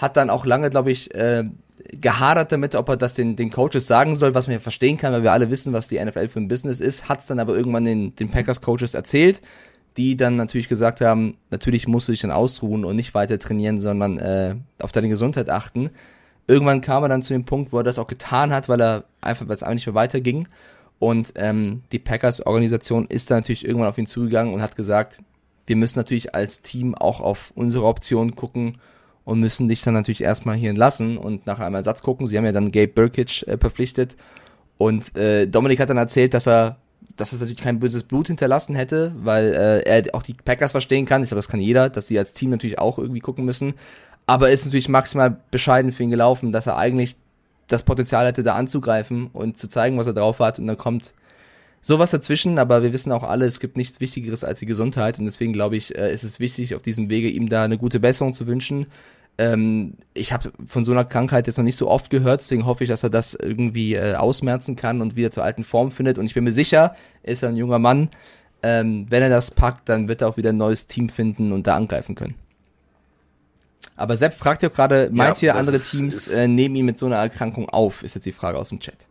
hat dann auch lange, glaube ich, äh, gehadert damit, ob er das den, den Coaches sagen soll, was man ja verstehen kann, weil wir alle wissen, was die N F L für ein Business ist, hat es dann aber irgendwann den, den Packers-Coaches erzählt, die dann natürlich gesagt haben, natürlich musst du dich dann ausruhen und nicht weiter trainieren, sondern äh, auf deine Gesundheit achten. Irgendwann kam er dann zu dem Punkt, wo er das auch getan hat, weil er einfach, weil es einfach nicht mehr weiterging. Und ähm, die Packers-Organisation ist dann natürlich irgendwann auf ihn zugegangen und hat gesagt, wir müssen natürlich als Team auch auf unsere Optionen gucken und müssen dich dann natürlich erstmal hier entlassen und nach einem Ersatz gucken. Sie haben ja dann Gabe Brkic äh, verpflichtet und äh, Dominik hat dann erzählt, dass er, dass es natürlich kein böses Blut hinterlassen hätte, weil äh, er auch die Packers verstehen kann. Ich glaube, das kann jeder, dass sie als Team natürlich auch irgendwie gucken müssen. Aber ist natürlich maximal bescheiden für ihn gelaufen, dass er eigentlich das Potenzial hätte, da anzugreifen und zu zeigen, was er drauf hat. Und dann kommt sowas dazwischen, aber wir wissen auch alle, es gibt nichts Wichtigeres als die Gesundheit. Und deswegen glaube ich, äh, ist es wichtig, auf diesem Wege ihm da eine gute Besserung zu wünschen. Ähm, ich habe von so einer Krankheit jetzt noch nicht so oft gehört, deswegen hoffe ich, dass er das irgendwie äh, ausmerzen kann und wieder zur alten Form findet. Und ich bin mir sicher, er ist ein junger Mann. Ähm, wenn er das packt, dann wird er auch wieder ein neues Team finden und da angreifen können. Aber Sepp fragt ja gerade, meint Ja, ihr, andere ist, Teams ist, äh, nehmen ihn mit so einer Erkrankung auf? Ist jetzt die Frage aus dem Chat.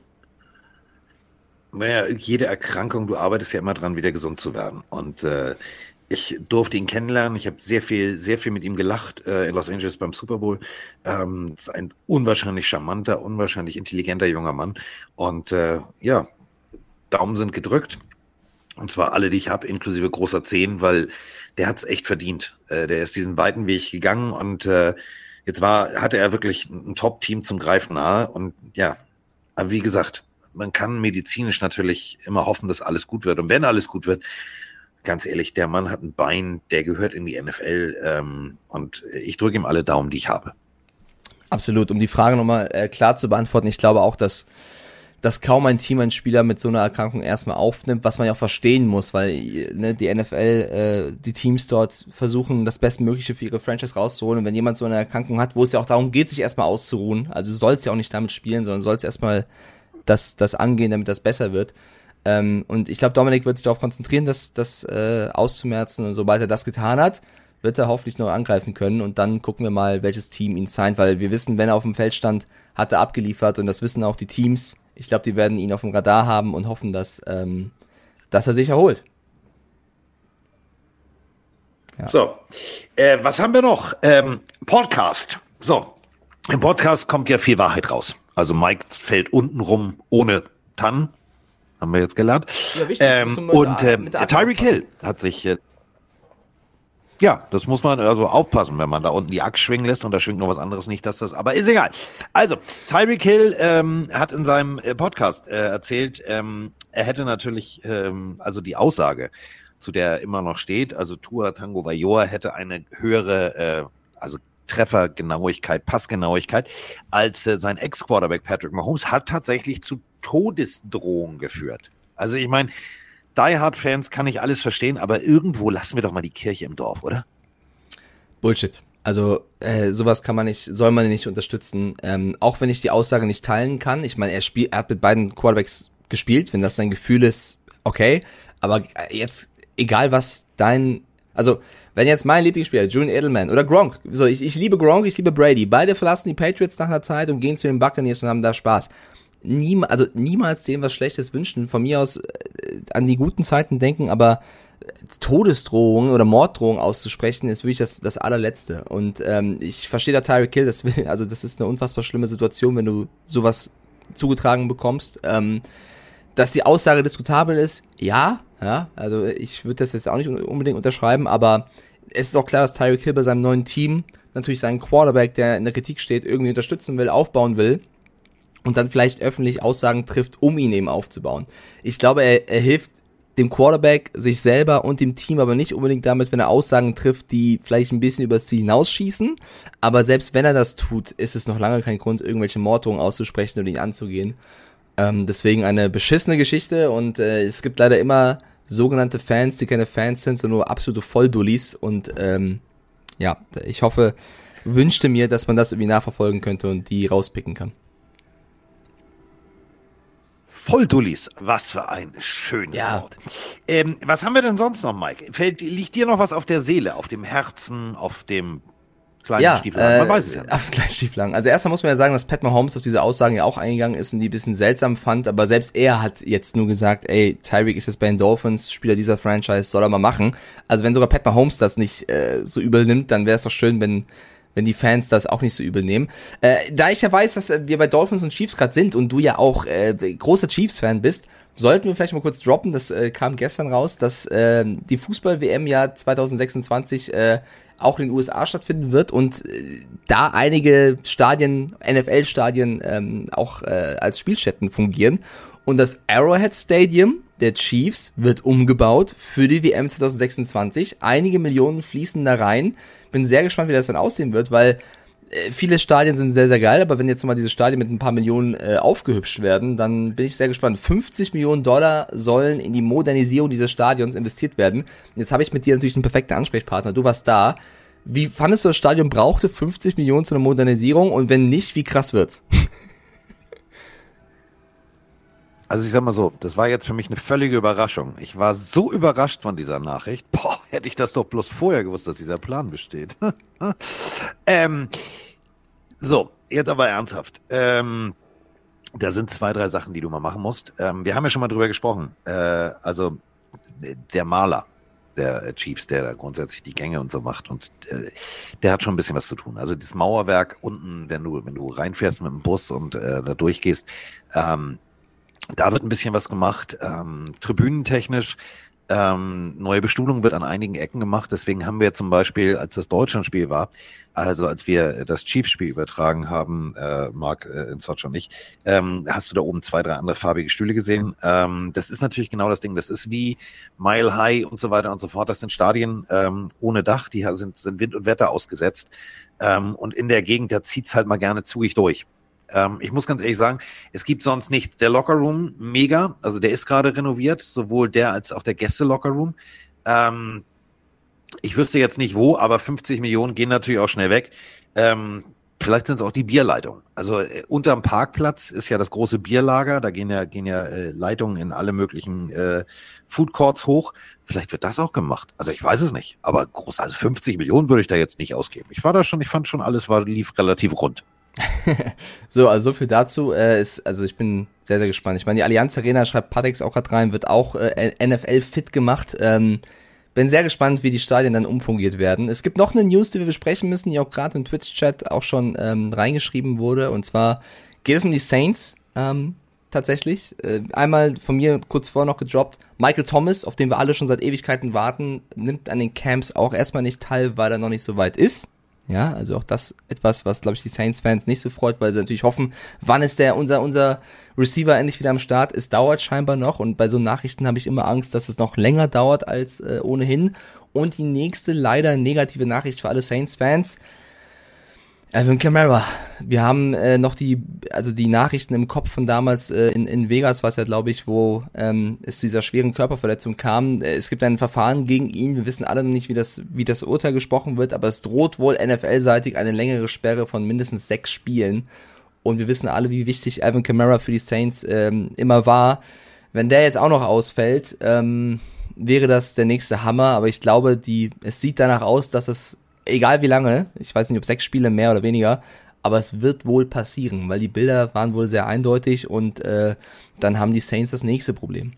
Naja, jede Erkrankung, du arbeitest ja immer dran, wieder gesund zu werden. Und äh, ich durfte ihn kennenlernen. Ich habe sehr viel, sehr viel mit ihm gelacht äh, in Los Angeles beim Super Bowl. Ähm, ist ein unwahrscheinlich charmanter, unwahrscheinlich intelligenter junger Mann. Und äh, ja, Daumen sind gedrückt. Und zwar alle, die ich habe, inklusive großer Zehn, weil der hat's echt verdient. Äh, der ist diesen weiten Weg gegangen und äh, jetzt war, hatte er wirklich ein Top-Team zum Greifen nahe. Und ja, aber wie gesagt, man kann medizinisch natürlich immer hoffen, dass alles gut wird. Und wenn alles gut wird, ganz ehrlich, der Mann hat ein Bein, der gehört in die N F L. Ähm, und ich drücke ihm alle Daumen, die ich habe. Absolut. Um die Frage nochmal äh, klar zu beantworten, ich glaube auch, dass dass kaum ein Team einen Spieler mit so einer Erkrankung erstmal aufnimmt, was man ja auch verstehen muss, weil ne, die N F L, äh, die Teams dort versuchen, das Bestmögliche für ihre Franchise rauszuholen. Und wenn jemand so eine Erkrankung hat, wo es ja auch darum geht, sich erstmal auszuruhen, also du sollst ja auch nicht damit spielen, sondern sollst erstmal das, das angehen, damit das besser wird. Ähm, und ich glaube, Dominik wird sich darauf konzentrieren, das, das äh, auszumerzen. Und sobald er das getan hat, wird er hoffentlich noch angreifen können. Und dann gucken wir mal, welches Team ihn signed, weil wir wissen, wenn er auf dem Feld stand, hat er abgeliefert. Und das wissen auch die Teams. Ich glaube, die werden ihn auf dem Radar haben und hoffen, dass, ähm, dass er sich erholt. Ja. So, äh, was haben wir noch? Ähm, Podcast. So, im Podcast kommt ja viel Wahrheit raus. Also Mike fällt unten rum ohne Tannen, haben wir jetzt gelernt. Ja, wichtig, ähm, und äh, Tyreek Hill hat sich... Äh, Ja, das muss man also aufpassen, wenn man da unten die Axt schwingen lässt und da schwingt noch was anderes nicht, dass das, aber ist egal. Also, Tyreek Hill ähm, hat in seinem äh, Podcast äh, erzählt, ähm, er hätte natürlich, ähm, also die Aussage, zu der er immer noch steht, also Tua Tagovailoa hätte eine höhere, äh, also Treffergenauigkeit, Passgenauigkeit, als äh, sein Ex-Quarterback Patrick Mahomes, hat tatsächlich zu Todesdrohungen geführt. Also ich meine, Die Hard-Fans kann ich alles verstehen, aber irgendwo lassen wir doch mal die Kirche im Dorf, oder? Bullshit. Also äh, sowas kann man nicht, soll man nicht unterstützen. Ähm, auch wenn ich die Aussage nicht teilen kann. Ich meine, er spielt, er hat mit beiden Quarterbacks gespielt. Wenn das sein Gefühl ist, okay. Aber jetzt, egal was dein, also wenn jetzt mein Lieblingsspieler, Julian Edelman oder Gronk, so ich, ich liebe Gronk, ich liebe Brady. Beide verlassen die Patriots nach einer Zeit und gehen zu den Buccaneers und haben da Spaß. Niem, also niemals denen was Schlechtes wünschen, von mir aus äh, an die guten Zeiten denken, aber Todesdrohungen oder Morddrohungen auszusprechen, ist wirklich das, das allerletzte. Und ähm, ich verstehe da Tyreek Hill, das will, also das ist eine unfassbar schlimme Situation, wenn du sowas zugetragen bekommst. Ähm, dass die Aussage diskutabel ist, ja, ja, also ich würde das jetzt auch nicht unbedingt unterschreiben, aber es ist auch klar, dass Tyreek Hill bei seinem neuen Team natürlich seinen Quarterback, der in der Kritik steht, irgendwie unterstützen will, aufbauen will. Und dann vielleicht öffentlich Aussagen trifft, um ihn eben aufzubauen. Ich glaube, er, er hilft dem Quarterback, sich selber und dem Team, aber nicht unbedingt damit, wenn er Aussagen trifft, die vielleicht ein bisschen übers Ziel hinausschießen. Aber selbst wenn er das tut, ist es noch lange kein Grund, irgendwelche Morddrohungen auszusprechen und ihn anzugehen. Ähm, deswegen eine beschissene Geschichte und äh, es gibt leider immer sogenannte Fans, die keine Fans sind, sondern nur absolute Volldullis. Und ähm, ja, ich hoffe, wünschte mir, dass man das irgendwie nachverfolgen könnte und die rauspicken kann. Volldullis, was für ein schönes ja. Wort. Ähm, was haben wir denn sonst noch, Mike? Fällt, liegt dir noch was auf der Seele, auf dem Herzen, auf dem kleinen ja, Stiefel. Man weiß es ja nicht. Auf kleinen Stiefel. Also erstmal muss man ja sagen, dass Pat Mahomes auf diese Aussagen ja auch eingegangen ist und die ein bisschen seltsam fand, aber selbst er hat jetzt nur gesagt, ey, Tyreek ist jetzt bei den Dolphins, Spieler dieser Franchise, soll er mal machen. Also wenn sogar Pat Mahomes das nicht äh, so übel nimmt, dann wäre es doch schön, wenn wenn die Fans das auch nicht so übel nehmen. Äh, da ich ja weiß, dass äh, wir bei Dolphins und Chiefs gerade sind und du ja auch äh, großer Chiefs-Fan bist, sollten wir vielleicht mal kurz droppen, das äh, kam gestern raus, dass äh, die Fußball-W M ja zwanzig sechsundzwanzig äh, auch in den U S A stattfinden wird und äh, da einige Stadien, N F L-Stadien ähm, auch äh, als Spielstätten fungieren. Und das Arrowhead Stadium der Chiefs wird umgebaut für die W M zwanzig sechsundzwanzig. Einige Millionen fließen da rein. Bin sehr gespannt, wie das dann aussehen wird, weil äh, viele Stadien sind sehr, sehr geil, aber wenn jetzt mal diese Stadien mit ein paar Millionen äh, aufgehübscht werden, dann bin ich sehr gespannt. fünfzig Millionen Dollar sollen in die Modernisierung dieses Stadions investiert werden. Jetzt habe ich mit dir natürlich einen perfekten Ansprechpartner. Du warst da. Wie fandest du, das Stadion brauchte fünfzig Millionen zu einer Modernisierung und wenn nicht, wie krass wird's? Also ich sag mal so, das war jetzt für mich eine völlige Überraschung. Ich war so überrascht von dieser Nachricht. Boah, hätte ich das doch bloß vorher gewusst, dass dieser Plan besteht. ähm, so, jetzt aber ernsthaft. Ähm, da sind zwei, drei Sachen, die du mal machen musst. Ähm, wir haben ja schon mal drüber gesprochen. Äh, also der Maler der Chiefs, der da grundsätzlich die Gänge und so macht, und äh, der hat schon ein bisschen was zu tun. Also das Mauerwerk unten, wenn du wenn du reinfährst mit dem Bus und äh, da durchgehst, ähm, da wird ein bisschen was gemacht, ähm, tribünentechnisch, ähm, neue Bestuhlung wird an einigen Ecken gemacht, deswegen haben wir zum Beispiel, als das Deutschlandspiel war, also als wir das Chiefs-Spiel übertragen haben, äh, Marc äh, in Sochi und ich, ähm, hast du da oben zwei, drei andere farbige Stühle gesehen. Ähm, das ist natürlich genau das Ding, das ist wie Mile High und so weiter und so fort, das sind Stadien ähm, ohne Dach, die sind, sind Wind und Wetter ausgesetzt, ähm, und in der Gegend, da zieht's halt mal gerne zugig durch. Ähm, ich muss ganz ehrlich sagen, es gibt sonst nichts. Der Lockerroom, mega. Also der ist gerade renoviert, sowohl der als auch der Gäste-Lockerroom. Ähm, ich wüsste jetzt nicht wo, aber fünfzig Millionen gehen natürlich auch schnell weg. Ähm, vielleicht sind es auch die Bierleitungen. Also äh, unterm Parkplatz ist ja das große Bierlager. Da gehen ja, gehen ja äh, Leitungen in alle möglichen äh, Food Courts hoch. Vielleicht wird das auch gemacht. Also ich weiß es nicht. Aber groß, also fünfzig Millionen würde ich da jetzt nicht ausgeben. Ich war da schon, ich fand schon, alles war, lief relativ rund. So, also so viel dazu. Äh, ist, also ich bin sehr, sehr gespannt. Ich meine, die Allianz Arena, schreibt Patex auch gerade rein, wird auch äh, N F L fit gemacht. Ähm, bin sehr gespannt, wie die Stadien dann umfungiert werden. Es gibt noch eine News, die wir besprechen müssen, die auch gerade im Twitch-Chat auch schon ähm, reingeschrieben wurde. Und zwar geht es um die Saints ähm, tatsächlich. Äh, einmal von mir kurz vorher noch gedroppt. Michael Thomas, auf den wir alle schon seit Ewigkeiten warten, nimmt an den Camps auch erstmal nicht teil, weil er noch nicht so weit ist. Ja, also auch das etwas, was, glaube ich, die Saints-Fans nicht so freut, weil sie natürlich hoffen, wann ist der, unser, unser Receiver endlich wieder am Start? Es dauert scheinbar noch und bei so Nachrichten habe ich immer Angst, dass es noch länger dauert als äh, ohnehin. Und die nächste leider negative Nachricht für alle Saints-Fans: Alvin Kamara. Wir haben äh, noch die, also die Nachrichten im Kopf von damals äh, in, in Vegas, war es ja, glaube ich, wo ähm, es zu dieser schweren Körperverletzung kam. Äh, es gibt ein Verfahren gegen ihn. Wir wissen alle noch nicht, wie das, wie das Urteil gesprochen wird, aber es droht wohl N F L-seitig eine längere Sperre von mindestens sechs Spielen. Und wir wissen alle, wie wichtig Alvin Kamara für die Saints ähm, immer war. Wenn der jetzt auch noch ausfällt, ähm, wäre das der nächste Hammer. Aber ich glaube, die, es sieht danach aus, dass es, egal wie lange, ich weiß nicht, ob sechs Spiele mehr oder weniger, aber es wird wohl passieren, weil die Bilder waren wohl sehr eindeutig und äh, dann haben die Saints das nächste Problem.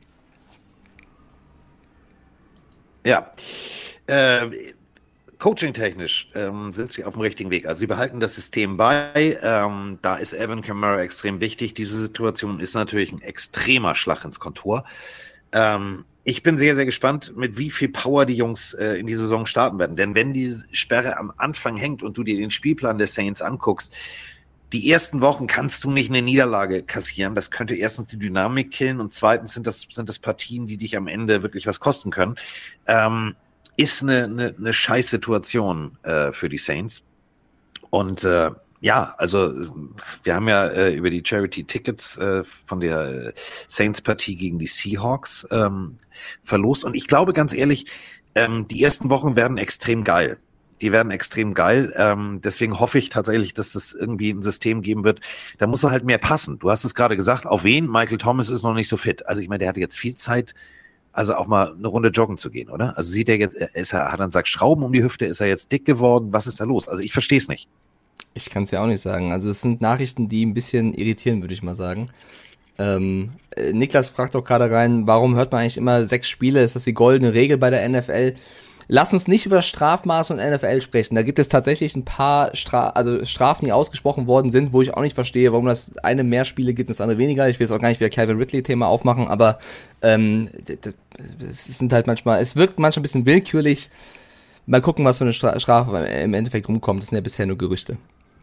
Ja, äh, coaching-technisch ähm, sind sie auf dem richtigen Weg. Also sie behalten das System bei, ähm, da ist Alvin Kamara extrem wichtig. Diese Situation ist natürlich ein extremer Schlag ins Kontor. Ähm, Ich bin sehr, sehr gespannt, mit wie viel Power die Jungs äh, in die Saison starten werden. Denn wenn die Sperre am Anfang hängt und du dir den Spielplan der Saints anguckst, die ersten Wochen kannst du nicht eine Niederlage kassieren. Das könnte erstens die Dynamik killen und zweitens sind das, sind das Partien, die dich am Ende wirklich was kosten können. Ähm, ist eine, eine, eine Scheißsituation äh, für die Saints. Und äh, ja, also wir haben ja äh, über die Charity-Tickets äh, von der Saints-Partie gegen die Seahawks ähm, verlost. Und ich glaube ganz ehrlich, ähm, die ersten Wochen werden extrem geil. Die werden extrem geil. Ähm, deswegen hoffe ich tatsächlich, dass es irgendwie ein System geben wird. Da muss er halt mehr passen. Du hast es gerade gesagt, auf wen? Michael Thomas ist noch nicht so fit. Also ich meine, der hatte jetzt viel Zeit Also auch mal eine Runde joggen zu gehen, oder? Also sieht er jetzt, ist er, hat er einen Sack Schrauben um die Hüfte, ist er jetzt dick geworden? Was ist da los? Also ich verstehe es nicht. Ich kann es ja auch nicht sagen. Also es sind Nachrichten, die ein bisschen irritieren, würde ich mal sagen. Ähm, äh, Niklas fragt auch gerade rein, warum hört man eigentlich immer sechs Spiele? Ist das die goldene Regel bei der N F L? Lass uns nicht über Strafmaß und N F L sprechen. Da gibt es tatsächlich ein paar Stra- also Strafen, die ausgesprochen worden sind, wo ich auch nicht verstehe, warum das eine mehr Spiele gibt und das andere weniger. Ich will jetzt auch gar nicht wieder Calvin Ridley-Thema aufmachen, aber ähm, es sind halt manchmal, es wirkt manchmal ein bisschen willkürlich. Mal gucken, was für eine Stra- Strafe im Endeffekt rumkommt. Das sind ja bisher nur Gerüchte.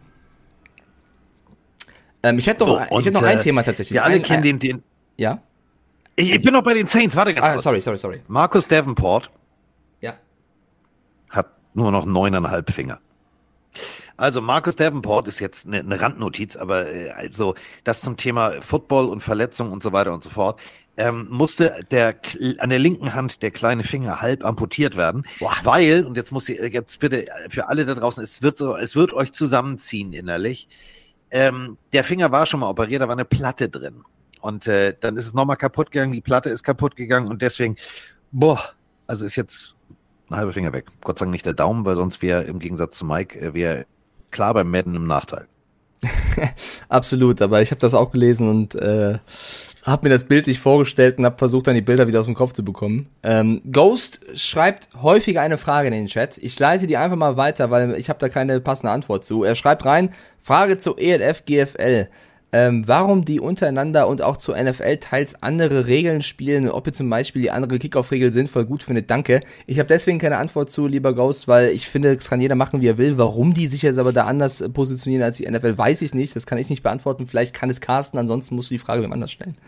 Ähm, ich hätte noch, So, ich und, hätte noch ein äh, Thema tatsächlich. Wir alle ein, kennen äh, den, den. Ja? Ich, ich bin noch bei den Saints, warte ganz Ah, kurz. sorry, sorry, sorry. Marcus Davenport Ja. hat nur noch neuneinhalb Finger. Also Marcus Davenport ist jetzt eine, eine Randnotiz, aber äh, also das zum Thema Football und Verletzung und so weiter und so fort. Ähm, musste der an der linken Hand der kleine Finger halb amputiert werden, Boah. weil, und jetzt muss ich jetzt bitte für alle da draußen, es wird so, es wird euch zusammenziehen innerlich. Ähm, der Finger war schon mal operiert, da war eine Platte drin. Und äh, dann ist es nochmal kaputt gegangen, die Platte ist kaputt gegangen und deswegen, boah, also ist jetzt ein halber Finger weg. Gott sei Dank nicht der Daumen, weil sonst wäre im Gegensatz zu Mike, äh, wäre klar beim Madden im Nachteil. Absolut, aber ich habe das auch gelesen und äh, habe mir das Bild nicht vorgestellt und habe versucht, dann die Bilder wieder aus dem Kopf zu bekommen. Ähm, Ghost schreibt häufiger eine Frage in den Chat. Ich leite die einfach mal weiter, weil ich habe da keine passende Antwort zu. Er schreibt rein, Frage zu E L F, G F L. Ähm, warum die untereinander und auch zur N F L teils andere Regeln spielen und ob ihr zum Beispiel die andere Kickoff-Regel sinnvoll gut findet, danke. Ich habe deswegen keine Antwort zu, lieber Ghost, weil ich finde, das kann jeder machen, wie er will. Warum die sich jetzt aber da anders positionieren als die N F L, weiß ich nicht. Das kann ich nicht beantworten. Vielleicht kann es Carsten, ansonsten musst du die Frage wem anders stellen.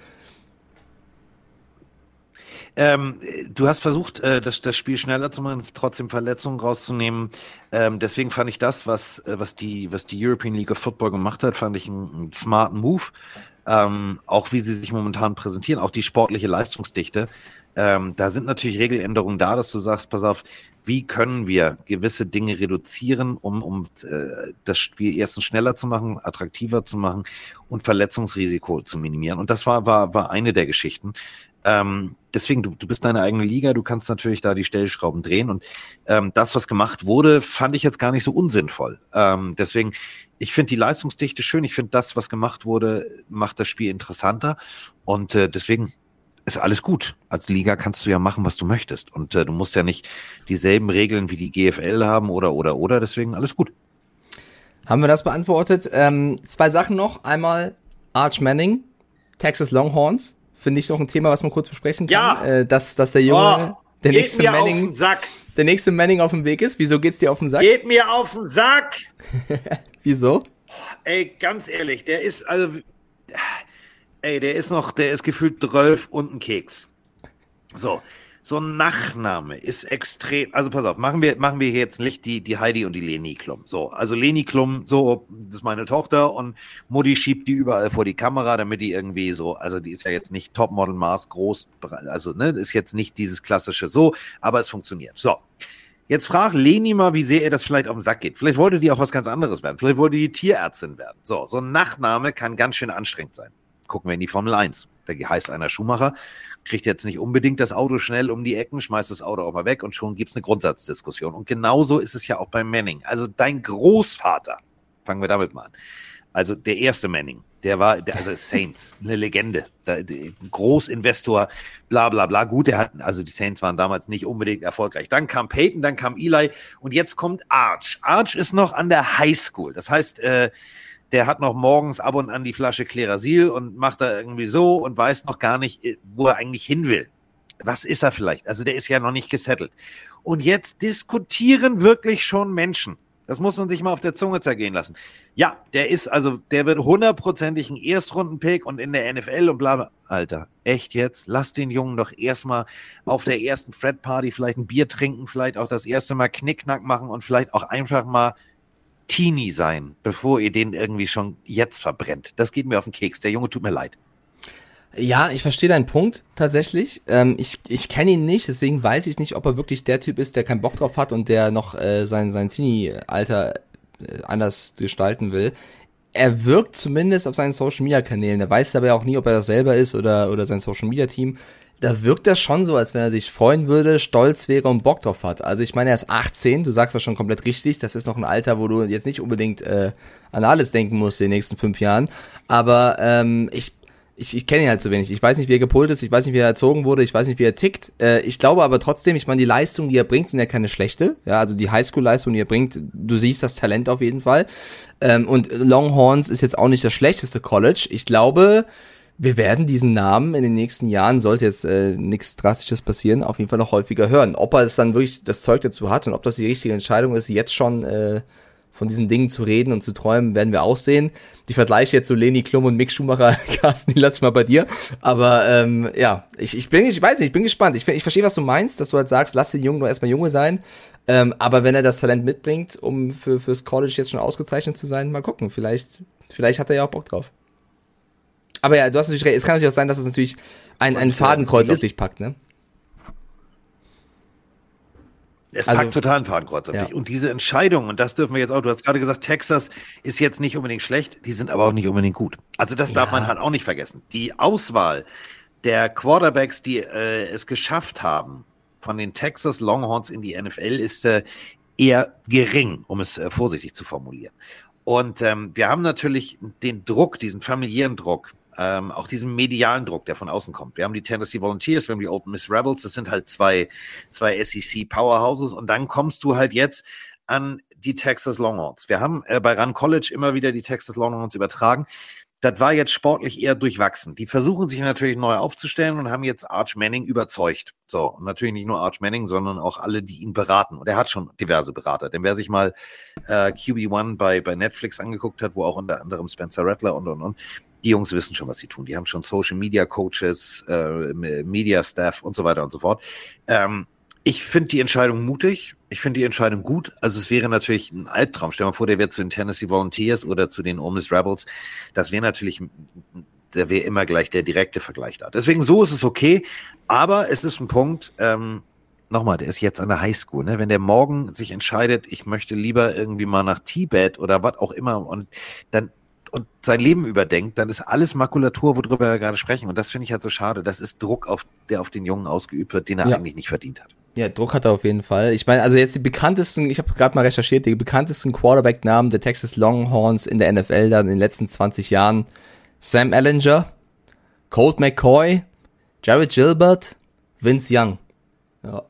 Ähm, du hast versucht, äh, das, das Spiel schneller zu machen, trotzdem Verletzungen rauszunehmen. Ähm, deswegen fand ich das, was, äh, was die, was die European League of Football gemacht hat, fand ich einen, einen smarten Move. Ähm, auch wie sie sich momentan präsentieren, auch die sportliche Leistungsdichte. Ähm, da sind natürlich Regeländerungen da, dass du sagst, pass auf, wie können wir gewisse Dinge reduzieren, um, um äh, das Spiel erstens schneller zu machen, attraktiver zu machen und Verletzungsrisiko zu minimieren. Und das war, war, war eine der Geschichten. Ähm, deswegen, du, du bist deine eigene Liga, du kannst natürlich da die Stellschrauben drehen und ähm, das, was gemacht wurde, fand ich jetzt gar nicht so unsinnvoll. Ähm, deswegen, ich finde die Leistungsdichte schön, ich finde das, was gemacht wurde, macht das Spiel interessanter und äh, deswegen ist alles gut. Als Liga kannst du ja machen, was du möchtest und äh, du musst ja nicht dieselben Regeln wie die G F L haben oder, oder, oder, deswegen alles gut. Haben wir das beantwortet? Ähm, zwei Sachen noch. Einmal Arch Manning, Texas Longhorns. Finde ich noch ein Thema, was man kurz besprechen kann. Ja. Äh, dass, dass der Junge, oh, der geht nächste mir Manning, auf den Sack. der nächste Manning auf dem Weg ist. Wieso geht's dir auf den Sack? Geht mir auf den Sack. Wieso? Ey, ganz ehrlich, der ist, also, ey, der ist noch, der ist gefühlt zwölf und ein Keks. So, so ein Nachname ist extrem, also pass auf, machen wir, machen wir hier jetzt nicht die, die Heidi und die Leni Klum. So, also Leni Klum, so, das ist meine Tochter und Mutti schiebt die überall vor die Kamera, damit die irgendwie so, also die ist ja jetzt nicht Topmodel-Maß groß, also, ne, ist jetzt nicht dieses klassische so, aber es funktioniert. So. Jetzt frag Leni mal, wie sehr ihr das vielleicht auf den Sack geht. Vielleicht wollte die auch was ganz anderes werden. Vielleicht wollte die Tierärztin werden. So, so ein Nachname kann ganz schön anstrengend sein. Gucken wir in die Formel eins. Da heißt einer Schumacher, kriegt jetzt nicht unbedingt das Auto schnell um die Ecken, schmeißt das Auto auch mal weg und schon gibt's eine Grundsatzdiskussion. Und genauso ist es ja auch bei Manning. Also dein Großvater, fangen wir damit mal an. Also der erste Manning, der war, der, also Saints, eine Legende, der, der, Großinvestor, bla bla bla. Gut, der hat, also die Saints waren damals nicht unbedingt erfolgreich. Dann kam Peyton, dann kam Eli und jetzt kommt Arch. Arch ist noch an der Highschool. Das heißt, äh, der hat noch morgens ab und an die Flasche Klerasil und macht da irgendwie so und weiß noch gar nicht, wo er eigentlich hin will. Was ist er vielleicht? Also der ist ja noch nicht gesettelt. Und jetzt diskutieren wirklich schon Menschen. Das muss man sich mal auf der Zunge zergehen lassen. Ja, der ist, also, der wird hundertprozentig ein Erstrunden-Pick und in der N F L und bla bla. Alter, echt jetzt? Lass den Jungen doch erstmal auf der ersten Fred-Party vielleicht ein Bier trinken, vielleicht auch das erste Mal Knickknack machen und vielleicht auch einfach mal Teenie sein, bevor ihr den irgendwie schon jetzt verbrennt. Das geht mir auf den Keks. Der Junge tut mir leid. Ja, ich verstehe deinen Punkt tatsächlich. Ähm, ich ich kenne ihn nicht, deswegen weiß ich nicht, ob er wirklich der Typ ist, der keinen Bock drauf hat und der noch äh, sein sein Teenie-Alter äh, anders gestalten will. er wirkt zumindest auf seinen Social-Media-Kanälen, er weiß aber ja auch nie, ob er das selber ist oder, oder sein Social-Media-Team, da wirkt das schon so, als wenn er sich freuen würde, stolz wäre und Bock drauf hat. Also ich meine, er ist achtzehn, du sagst das schon komplett richtig, das ist noch ein Alter, wo du jetzt nicht unbedingt äh, an alles denken musst in den nächsten fünf Jahren, aber ähm, ich Ich, ich kenne ihn halt zu wenig. Ich weiß nicht, wie er gepolt ist, ich weiß nicht, wie er erzogen wurde, ich weiß nicht, wie er tickt. Äh, ich glaube aber trotzdem, ich meine, die Leistungen, die er bringt, sind ja keine schlechte. Ja, also die Highschool-Leistungen, die er bringt, du siehst das Talent auf jeden Fall. Ähm, und Longhorns ist jetzt auch nicht das schlechteste College. Ich glaube, wir werden diesen Namen in den nächsten Jahren, sollte jetzt äh, nichts Drastisches passieren, auf jeden Fall noch häufiger hören. Ob er es dann wirklich das Zeug dazu hat und ob das die richtige Entscheidung ist, jetzt schon äh, von diesen Dingen zu reden und zu träumen, werden wir auch sehen. Die Vergleiche jetzt zu Leni Klum und Mick Schumacher, Carsten, die lass ich mal bei dir. Aber ähm, ja, ich, ich bin, ich weiß nicht, ich bin gespannt. Ich, ich verstehe, was du meinst, dass du halt sagst, lass den Jungen nur erstmal Junge sein. Ähm, aber wenn er das Talent mitbringt, um für fürs College jetzt schon ausgezeichnet zu sein, mal gucken. Vielleicht, vielleicht hat er ja auch Bock drauf. Aber ja, du hast natürlich recht. Es kann natürlich auch sein, dass es natürlich ein, ein Fadenkreuz auf sich packt, ne? Es Also, packt total ein Fadenkreuz auf ja. dich. Und diese Entscheidung, und das dürfen wir jetzt auch, du hast gerade gesagt, Texas ist jetzt nicht unbedingt schlecht, die sind aber auch nicht unbedingt gut. Also das darf Ja. man halt auch nicht vergessen. Die Auswahl der Quarterbacks, die äh, es geschafft haben, von den Texas Longhorns in die N F L, ist äh, eher gering, um es äh, vorsichtig zu formulieren. Und ähm, wir haben natürlich den Druck, diesen familiären Druck, Ähm, auch diesen medialen Druck, der von außen kommt. Wir haben die Tennessee Volunteers, wir haben die Ole Miss Rebels, das sind halt zwei, zwei S E C Powerhouses und dann kommst du halt jetzt an die Texas Longhorns. Wir haben äh, bei Run College immer wieder die Texas Longhorns übertragen. Das war jetzt sportlich eher durchwachsen. Die versuchen sich natürlich neu aufzustellen und haben jetzt Arch Manning überzeugt. So, und natürlich nicht nur Arch Manning, sondern auch alle, die ihn beraten. Und er hat schon diverse Berater. Denn wer sich mal äh, Q B eins bei, bei Netflix angeguckt hat, wo auch unter anderem Spencer Rattler und, und, und, die Jungs wissen schon, was sie tun. Die haben schon Social Media Coaches, äh, Media Staff und so weiter und so fort. Ähm, ich finde die Entscheidung mutig. Ich finde die Entscheidung gut. Also es wäre natürlich ein Albtraum. Stell dir mal vor, der wäre zu den Tennessee Volunteers oder zu den Ole Miss Rebels. Das wäre natürlich, der wäre immer gleich der direkte Vergleich da. Deswegen so ist es okay. Aber es ist ein Punkt, ähm, nochmal, der ist jetzt an der Highschool, ne? Wenn der morgen sich entscheidet, ich möchte lieber irgendwie mal nach Tibet oder was auch immer und dann und sein Leben überdenkt, dann ist alles Makulatur, worüber wir gerade sprechen. Und das finde ich halt so schade. Das ist Druck, auf, der auf den Jungen ausgeübt wird, den er Ja. eigentlich nicht verdient hat. Ja, Druck hat er auf jeden Fall. Ich meine, also jetzt die bekanntesten, ich habe gerade mal recherchiert, die bekanntesten Quarterback-Namen der Texas Longhorns in der N F L dann in den letzten zwanzig Jahren. Sam Ehlinger, Colt McCoy, Jared Gilbert, Vince Young. Ja.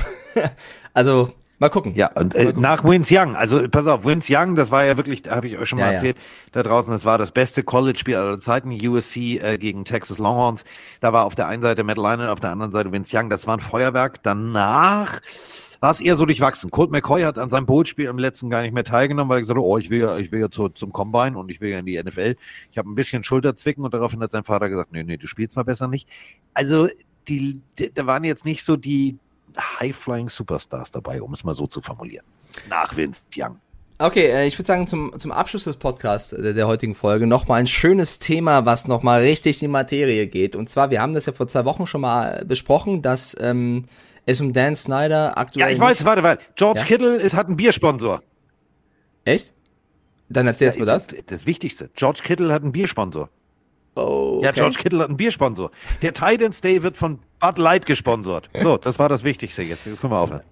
Also, mal gucken. Ja, und äh, nach Vince Young, also pass auf, Vince Young, das war ja wirklich, da habe ich euch schon mal Ja, ja. erzählt, da draußen, das war das beste College-Spiel aller Zeiten, U S C äh, gegen Texas Longhorns. Da war auf der einen Seite Matt Leinart, auf der anderen Seite Vince Young, das war ein Feuerwerk. Danach war es eher so durchwachsen. Colt McCoy hat an seinem Bowl-Spiel im letzten gar nicht mehr teilgenommen, weil er gesagt hat, oh, ich will ja, ich will ja zu, zum Combine und ich will ja in die N F L. Ich habe ein bisschen Schulterzwicken und daraufhin hat sein Vater gesagt, nee, nee, du spielst mal besser nicht. Also, die, die da waren jetzt nicht so die High-Flying Superstars dabei, um es mal so zu formulieren. Nach Vince Young. Okay, äh, ich würde sagen, zum, zum Abschluss des Podcasts äh, der heutigen Folge nochmal ein schönes Thema, was nochmal richtig in die Materie geht. Und zwar, wir haben das ja vor zwei Wochen schon mal besprochen, dass ähm, es um Dan Snyder aktuell... Ja, ich weiß, warte, warte. George Ja? Kittle ist, hat einen Biersponsor. Echt? Dann erzählst du Ja, das. das. Das Wichtigste. George Kittle hat einen Biersponsor. Oh, Ja, okay. George Kittle hat einen Biersponsor. Der Titans Day wird von Bud Light gesponsert. So, das war das Wichtigste jetzt. Jetzt können wir aufhören.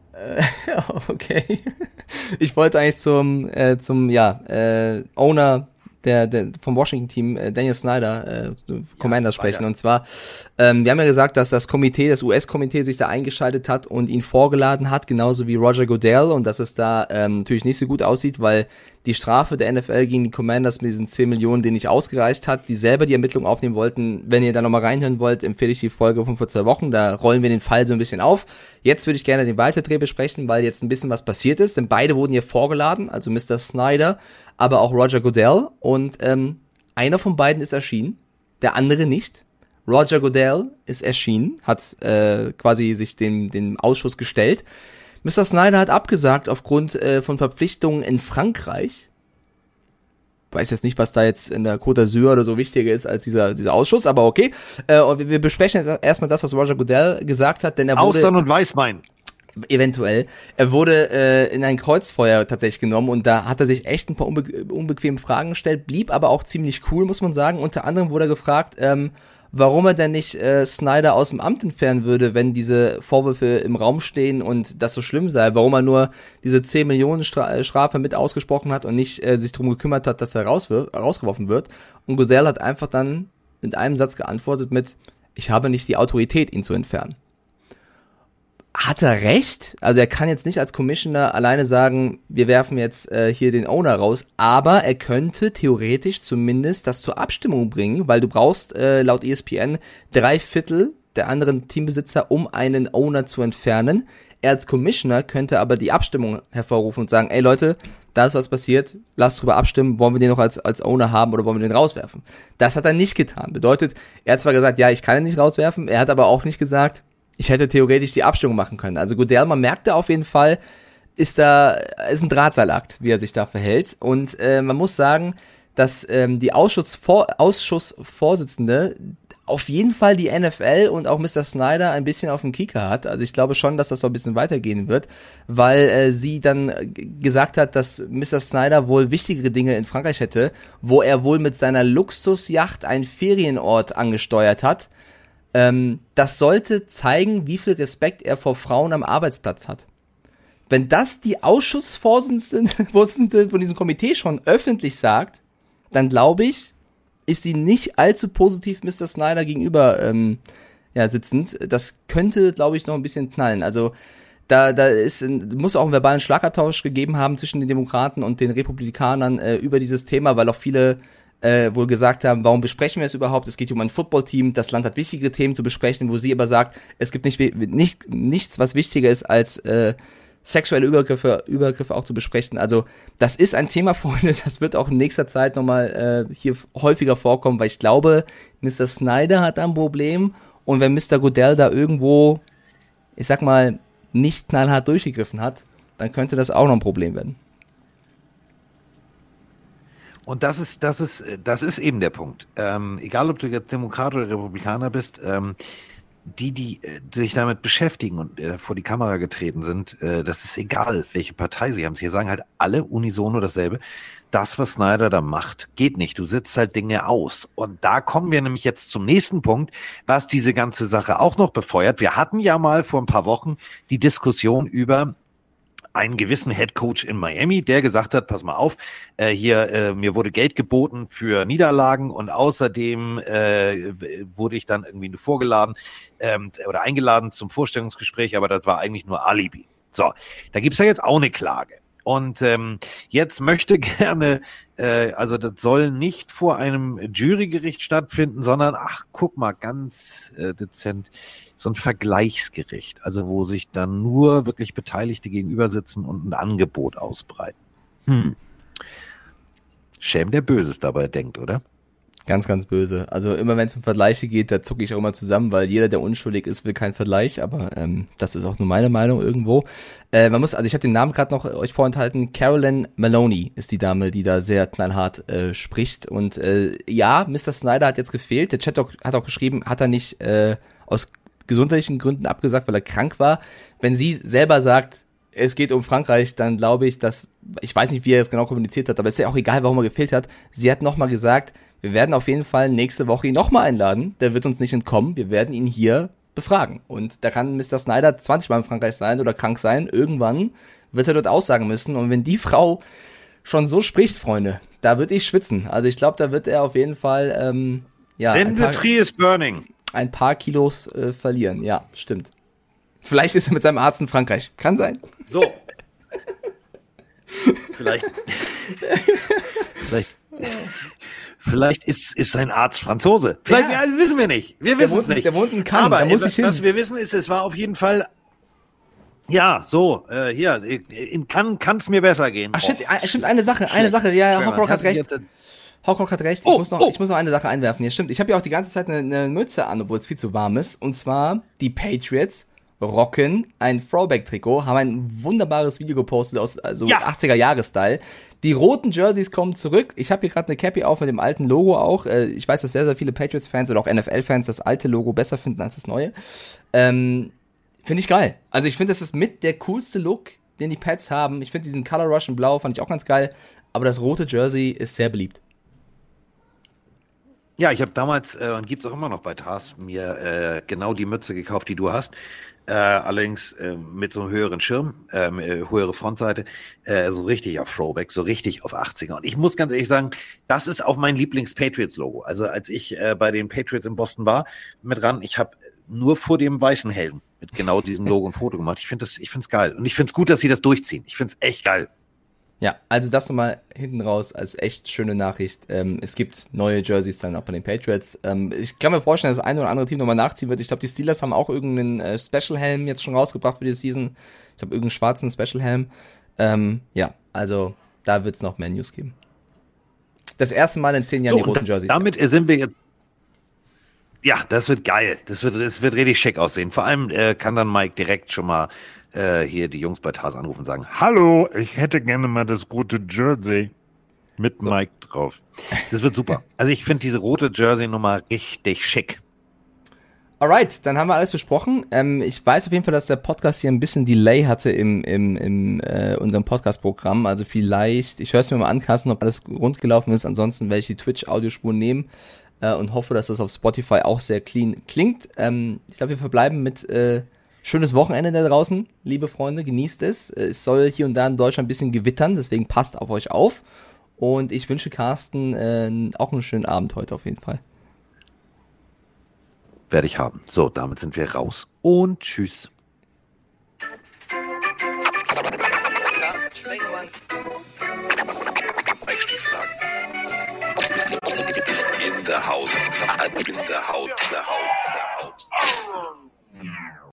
Okay. Ich wollte eigentlich zum, äh, zum ja, äh, Owner der, der vom Washington-Team, äh, Daniel Snyder, äh, Commanders Ja, sprechen. weiter. Und zwar, ähm, wir haben ja gesagt, dass das Komitee, das U S-Komitee sich da eingeschaltet hat und ihn vorgeladen hat, genauso wie Roger Goodell, und dass es da ähm, natürlich nicht so gut aussieht, weil die Strafe der N F L gegen die Commanders mit diesen zehn Millionen, denen nicht ausgereicht hat, die selber die Ermittlung aufnehmen wollten. Wenn ihr da nochmal reinhören wollt, empfehle ich die Folge von vor zwei Wochen, da rollen wir den Fall so ein bisschen auf. Jetzt würde ich gerne den Weiterdreh besprechen, weil jetzt ein bisschen was passiert ist, denn beide wurden hier vorgeladen, also Mister Snyder, aber auch Roger Goodell, und ähm, einer von beiden ist erschienen, der andere nicht. Roger Goodell ist erschienen, hat äh, quasi sich dem, dem Ausschuss gestellt. Mister Snyder hat abgesagt aufgrund äh, von Verpflichtungen in Frankreich. Weiß jetzt nicht, was da jetzt in der Côte d'Azur oder so wichtiger ist als dieser dieser Ausschuss, aber okay. Äh, und wir, wir besprechen jetzt erstmal das, was Roger Goodell gesagt hat, denn er wurde... Austern und Weißwein. Eventuell. Er wurde äh, in ein Kreuzfeuer tatsächlich genommen und da hat er sich echt ein paar unbe- unbequeme Fragen gestellt, blieb aber auch ziemlich cool, muss man sagen. Unter anderem wurde er gefragt, ähm, warum er denn nicht äh, Snyder aus dem Amt entfernen würde, wenn diese Vorwürfe im Raum stehen und das so schlimm sei. Warum er nur diese zehn Millionen Stra- Strafe mit ausgesprochen hat und nicht äh, sich darum gekümmert hat, dass er rauswir- rausgeworfen wird. Und Goodell hat einfach dann mit einem Satz geantwortet mit, ich habe nicht die Autorität, ihn zu entfernen. Hat er recht? Also er kann jetzt nicht als Commissioner alleine sagen, wir werfen jetzt äh, hier den Owner raus, aber er könnte theoretisch zumindest das zur Abstimmung bringen, weil du brauchst äh, laut E S P N drei Viertel der anderen Teambesitzer, um einen Owner zu entfernen. Er als Commissioner könnte aber die Abstimmung hervorrufen und sagen, ey Leute, da ist was passiert, lasst drüber abstimmen, wollen wir den noch als, als Owner haben oder wollen wir den rauswerfen? Das hat er nicht getan. Bedeutet, er hat zwar gesagt, ja, ich kann ihn nicht rauswerfen, er hat aber auch nicht gesagt, ich hätte theoretisch die Abstimmung machen können. Also Goodell, man merkt da auf jeden Fall, ist da, ist ein Drahtseilakt, wie er sich da verhält. Und äh, man muss sagen, dass ähm, die Ausschussvor- Ausschussvorsitzende auf jeden Fall die N F L und auch Mister Snyder ein bisschen auf dem Kieker hat. Also ich glaube schon, dass das so ein bisschen weitergehen wird, weil äh, sie dann g- gesagt hat, dass Mister Snyder wohl wichtigere Dinge in Frankreich hätte, wo er wohl mit seiner Luxusjacht einen Ferienort angesteuert hat. Ähm, das sollte zeigen, wie viel Respekt er vor Frauen am Arbeitsplatz hat. Wenn das die Ausschussvorsitzende von diesem Komitee schon öffentlich sagt, dann glaube ich, ist sie nicht allzu positiv Mister Snyder gegenüber ähm, ja, sitzend. Das könnte, glaube ich, noch ein bisschen knallen. Also da, da ist, muss auch einen verbalen Schlagabtausch gegeben haben zwischen den Demokraten und den Republikanern äh, über dieses Thema, weil auch viele Äh, wohl gesagt haben, warum besprechen wir es überhaupt? Es geht hier um ein Footballteam, das Land hat wichtige Themen zu besprechen, wo sie aber sagt, es gibt nicht, nicht nichts, was wichtiger ist, als äh, sexuelle Übergriffe, Übergriffe auch zu besprechen. Also das ist ein Thema, Freunde, das wird auch in nächster Zeit nochmal äh, hier häufiger vorkommen, weil ich glaube, Mister Snyder hat da ein Problem und wenn Mister Goodell da irgendwo, ich sag mal, nicht knallhart durchgegriffen hat, dann könnte das auch noch ein Problem werden. Und das ist, das ist, das ist eben der Punkt. Ähm, egal, ob du jetzt Demokrat oder Republikaner bist, ähm, die, die äh, sich damit beschäftigen und äh, vor die Kamera getreten sind, äh, das ist egal, welche Partei sie haben. Sie sagen halt alle unisono dasselbe. Das, was Snyder da macht, geht nicht. Du sitzt halt Dinge aus. Und da kommen wir nämlich jetzt zum nächsten Punkt, was diese ganze Sache auch noch befeuert. Wir hatten ja mal vor ein paar Wochen die Diskussion über einen gewissen Headcoach in Miami, der gesagt hat, pass mal auf, äh, hier, äh, mir wurde Geld geboten für Niederlagen und außerdem äh, wurde ich dann irgendwie vorgeladen ähm, oder eingeladen zum Vorstellungsgespräch, aber das war eigentlich nur Alibi. So, da gibt's ja jetzt auch eine Klage. Und ähm, jetzt möchte gerne, äh, also das soll nicht vor einem Jurygericht stattfinden, sondern, ach, guck mal, ganz äh, dezent, so ein Vergleichsgericht, also wo sich dann nur wirklich Beteiligte gegenüber sitzen und ein Angebot ausbreiten. Hm. Schelm, der Böses dabei denkt, oder? Ganz, ganz böse. Also immer wenn es um Vergleiche geht, da zucke ich auch immer zusammen, weil jeder, der unschuldig ist, will keinen Vergleich, aber ähm, das ist auch nur meine Meinung irgendwo. Äh, man muss, also ich habe den Namen gerade noch euch vorenthalten, Carolyn Maloney ist die Dame, die da sehr knallhart äh, spricht und äh, ja, Mister Snyder hat jetzt gefehlt, der Chat hat auch geschrieben, hat er nicht äh, aus gesundheitlichen Gründen abgesagt, weil er krank war. Wenn sie selber sagt, es geht um Frankreich, dann glaube ich, dass, ich weiß nicht, wie er das genau kommuniziert hat, aber es ist ja auch egal, warum er gefehlt hat. Sie hat nochmal gesagt, wir werden auf jeden Fall nächste Woche ihn nochmal einladen. Der wird uns nicht entkommen. Wir werden ihn hier befragen. Und da kann Mister Snyder zwanzig Mal in Frankreich sein oder krank sein. Irgendwann wird er dort aussagen müssen. Und wenn die Frau schon so spricht, Freunde, da wird ich schwitzen. Also ich glaube, da wird er auf jeden Fall, ähm, ja, Then the tree is burning. ein paar Kilos äh, verlieren. Ja, stimmt. Vielleicht ist er mit seinem Arzt in Frankreich. Kann sein. So. Vielleicht. Vielleicht. Vielleicht ist, ist sein Arzt Franzose. Vielleicht, Ja. ja, wissen wir nicht. Wir wissen es nicht. Der wohnt in Cannes, Aber da muss äh, ich hin. was wir wissen ist, es war auf jeden Fall, ja, so, äh, hier, in Cannes kann es mir besser gehen. Ach, stimmt, Oh, äh, stimmt, eine Sache, eine Sache, ja, ja, Schön, Hockrock hat hast du recht. jetzt, äh, Hockrock hat recht, ich, Oh, muss noch, oh. ich muss noch eine Sache einwerfen. Ja, stimmt, ich habe ja auch die ganze Zeit eine, eine Mütze an, obwohl es viel zu warm ist. Und zwar, die Patriots rocken ein Throwback-Trikot, haben ein wunderbares Video gepostet aus also Ja. achtziger-Jahre-Style. Die roten Jerseys kommen zurück. Ich habe hier gerade eine Cappy auf mit dem alten Logo auch. Äh, Ich weiß, dass sehr, sehr viele Patriots-Fans oder auch N F L-Fans das alte Logo besser finden als das neue. Ähm, Finde ich geil. Also ich finde, das ist mit der coolste Look, den die Pats haben. Ich finde diesen Color Rush in Blau, fand ich auch ganz geil. Aber das rote Jersey ist sehr beliebt. Ja, ich habe damals, äh, und gibt's auch immer noch bei Tars, mir äh, genau die Mütze gekauft, die du hast. Äh, allerdings äh, mit so einem höheren Schirm, äh, äh, höhere Frontseite, äh, so richtig auf Throwback, so richtig auf achtziger. Und ich muss ganz ehrlich sagen, das ist auch mein Lieblings-Patriots-Logo. Also als ich äh, bei den Patriots in Boston war, mit ran, ich habe nur vor dem weißen Helm mit genau diesem Logo ein Foto gemacht. Ich finde das, ich finde es geil. Und ich finde es gut, dass sie das durchziehen. Ich finde es echt geil. Ja, also das nochmal hinten raus als echt schöne Nachricht. Ähm, es gibt neue Jerseys dann auch bei den Patriots. Ähm, ich kann mir vorstellen, dass das eine oder andere Team nochmal nachziehen wird. Ich glaube, die Steelers haben auch irgendeinen äh, Special-Helm jetzt schon rausgebracht für die Season. Ich glaube, irgendeinen schwarzen Special-Helm. Ähm, ja, also da wird es noch mehr News geben. Das erste Mal in zehn Jahren So, die roten Jerseys. Damit sind wir jetzt. Ja, das wird geil. Das wird, das wird richtig schick aussehen. Vor allem äh, kann dann Mike direkt schon mal äh, hier die Jungs bei Tars anrufen und sagen, Hallo, ich hätte gerne mal das rote Jersey mit So. Mike drauf. das wird super. Also ich finde diese rote Jersey-Nummer richtig schick. Alright, dann haben wir alles besprochen. Ähm, ich weiß auf jeden Fall, dass der Podcast hier ein bisschen Delay hatte im, im, im äh, unserem Podcast-Programm. Also vielleicht, ich höre es mir mal an, Carsten, ob alles rund gelaufen ist. Ansonsten werde ich die Twitch-Audiospuren nehmen äh, und hoffe, dass das auf Spotify auch sehr clean klingt. Ähm, ich glaube, wir verbleiben mit äh, schönes Wochenende da draußen, liebe Freunde, genießt es. Äh, es soll hier und da in Deutschland ein bisschen gewittern, deswegen passt auf euch auf. Und ich wünsche Carsten äh, auch einen schönen Abend heute auf jeden Fall. Werde ich haben. So, damit sind wir raus. Und tschüss. Stieflagen ist in der Haus. In der Haut, in der Haut.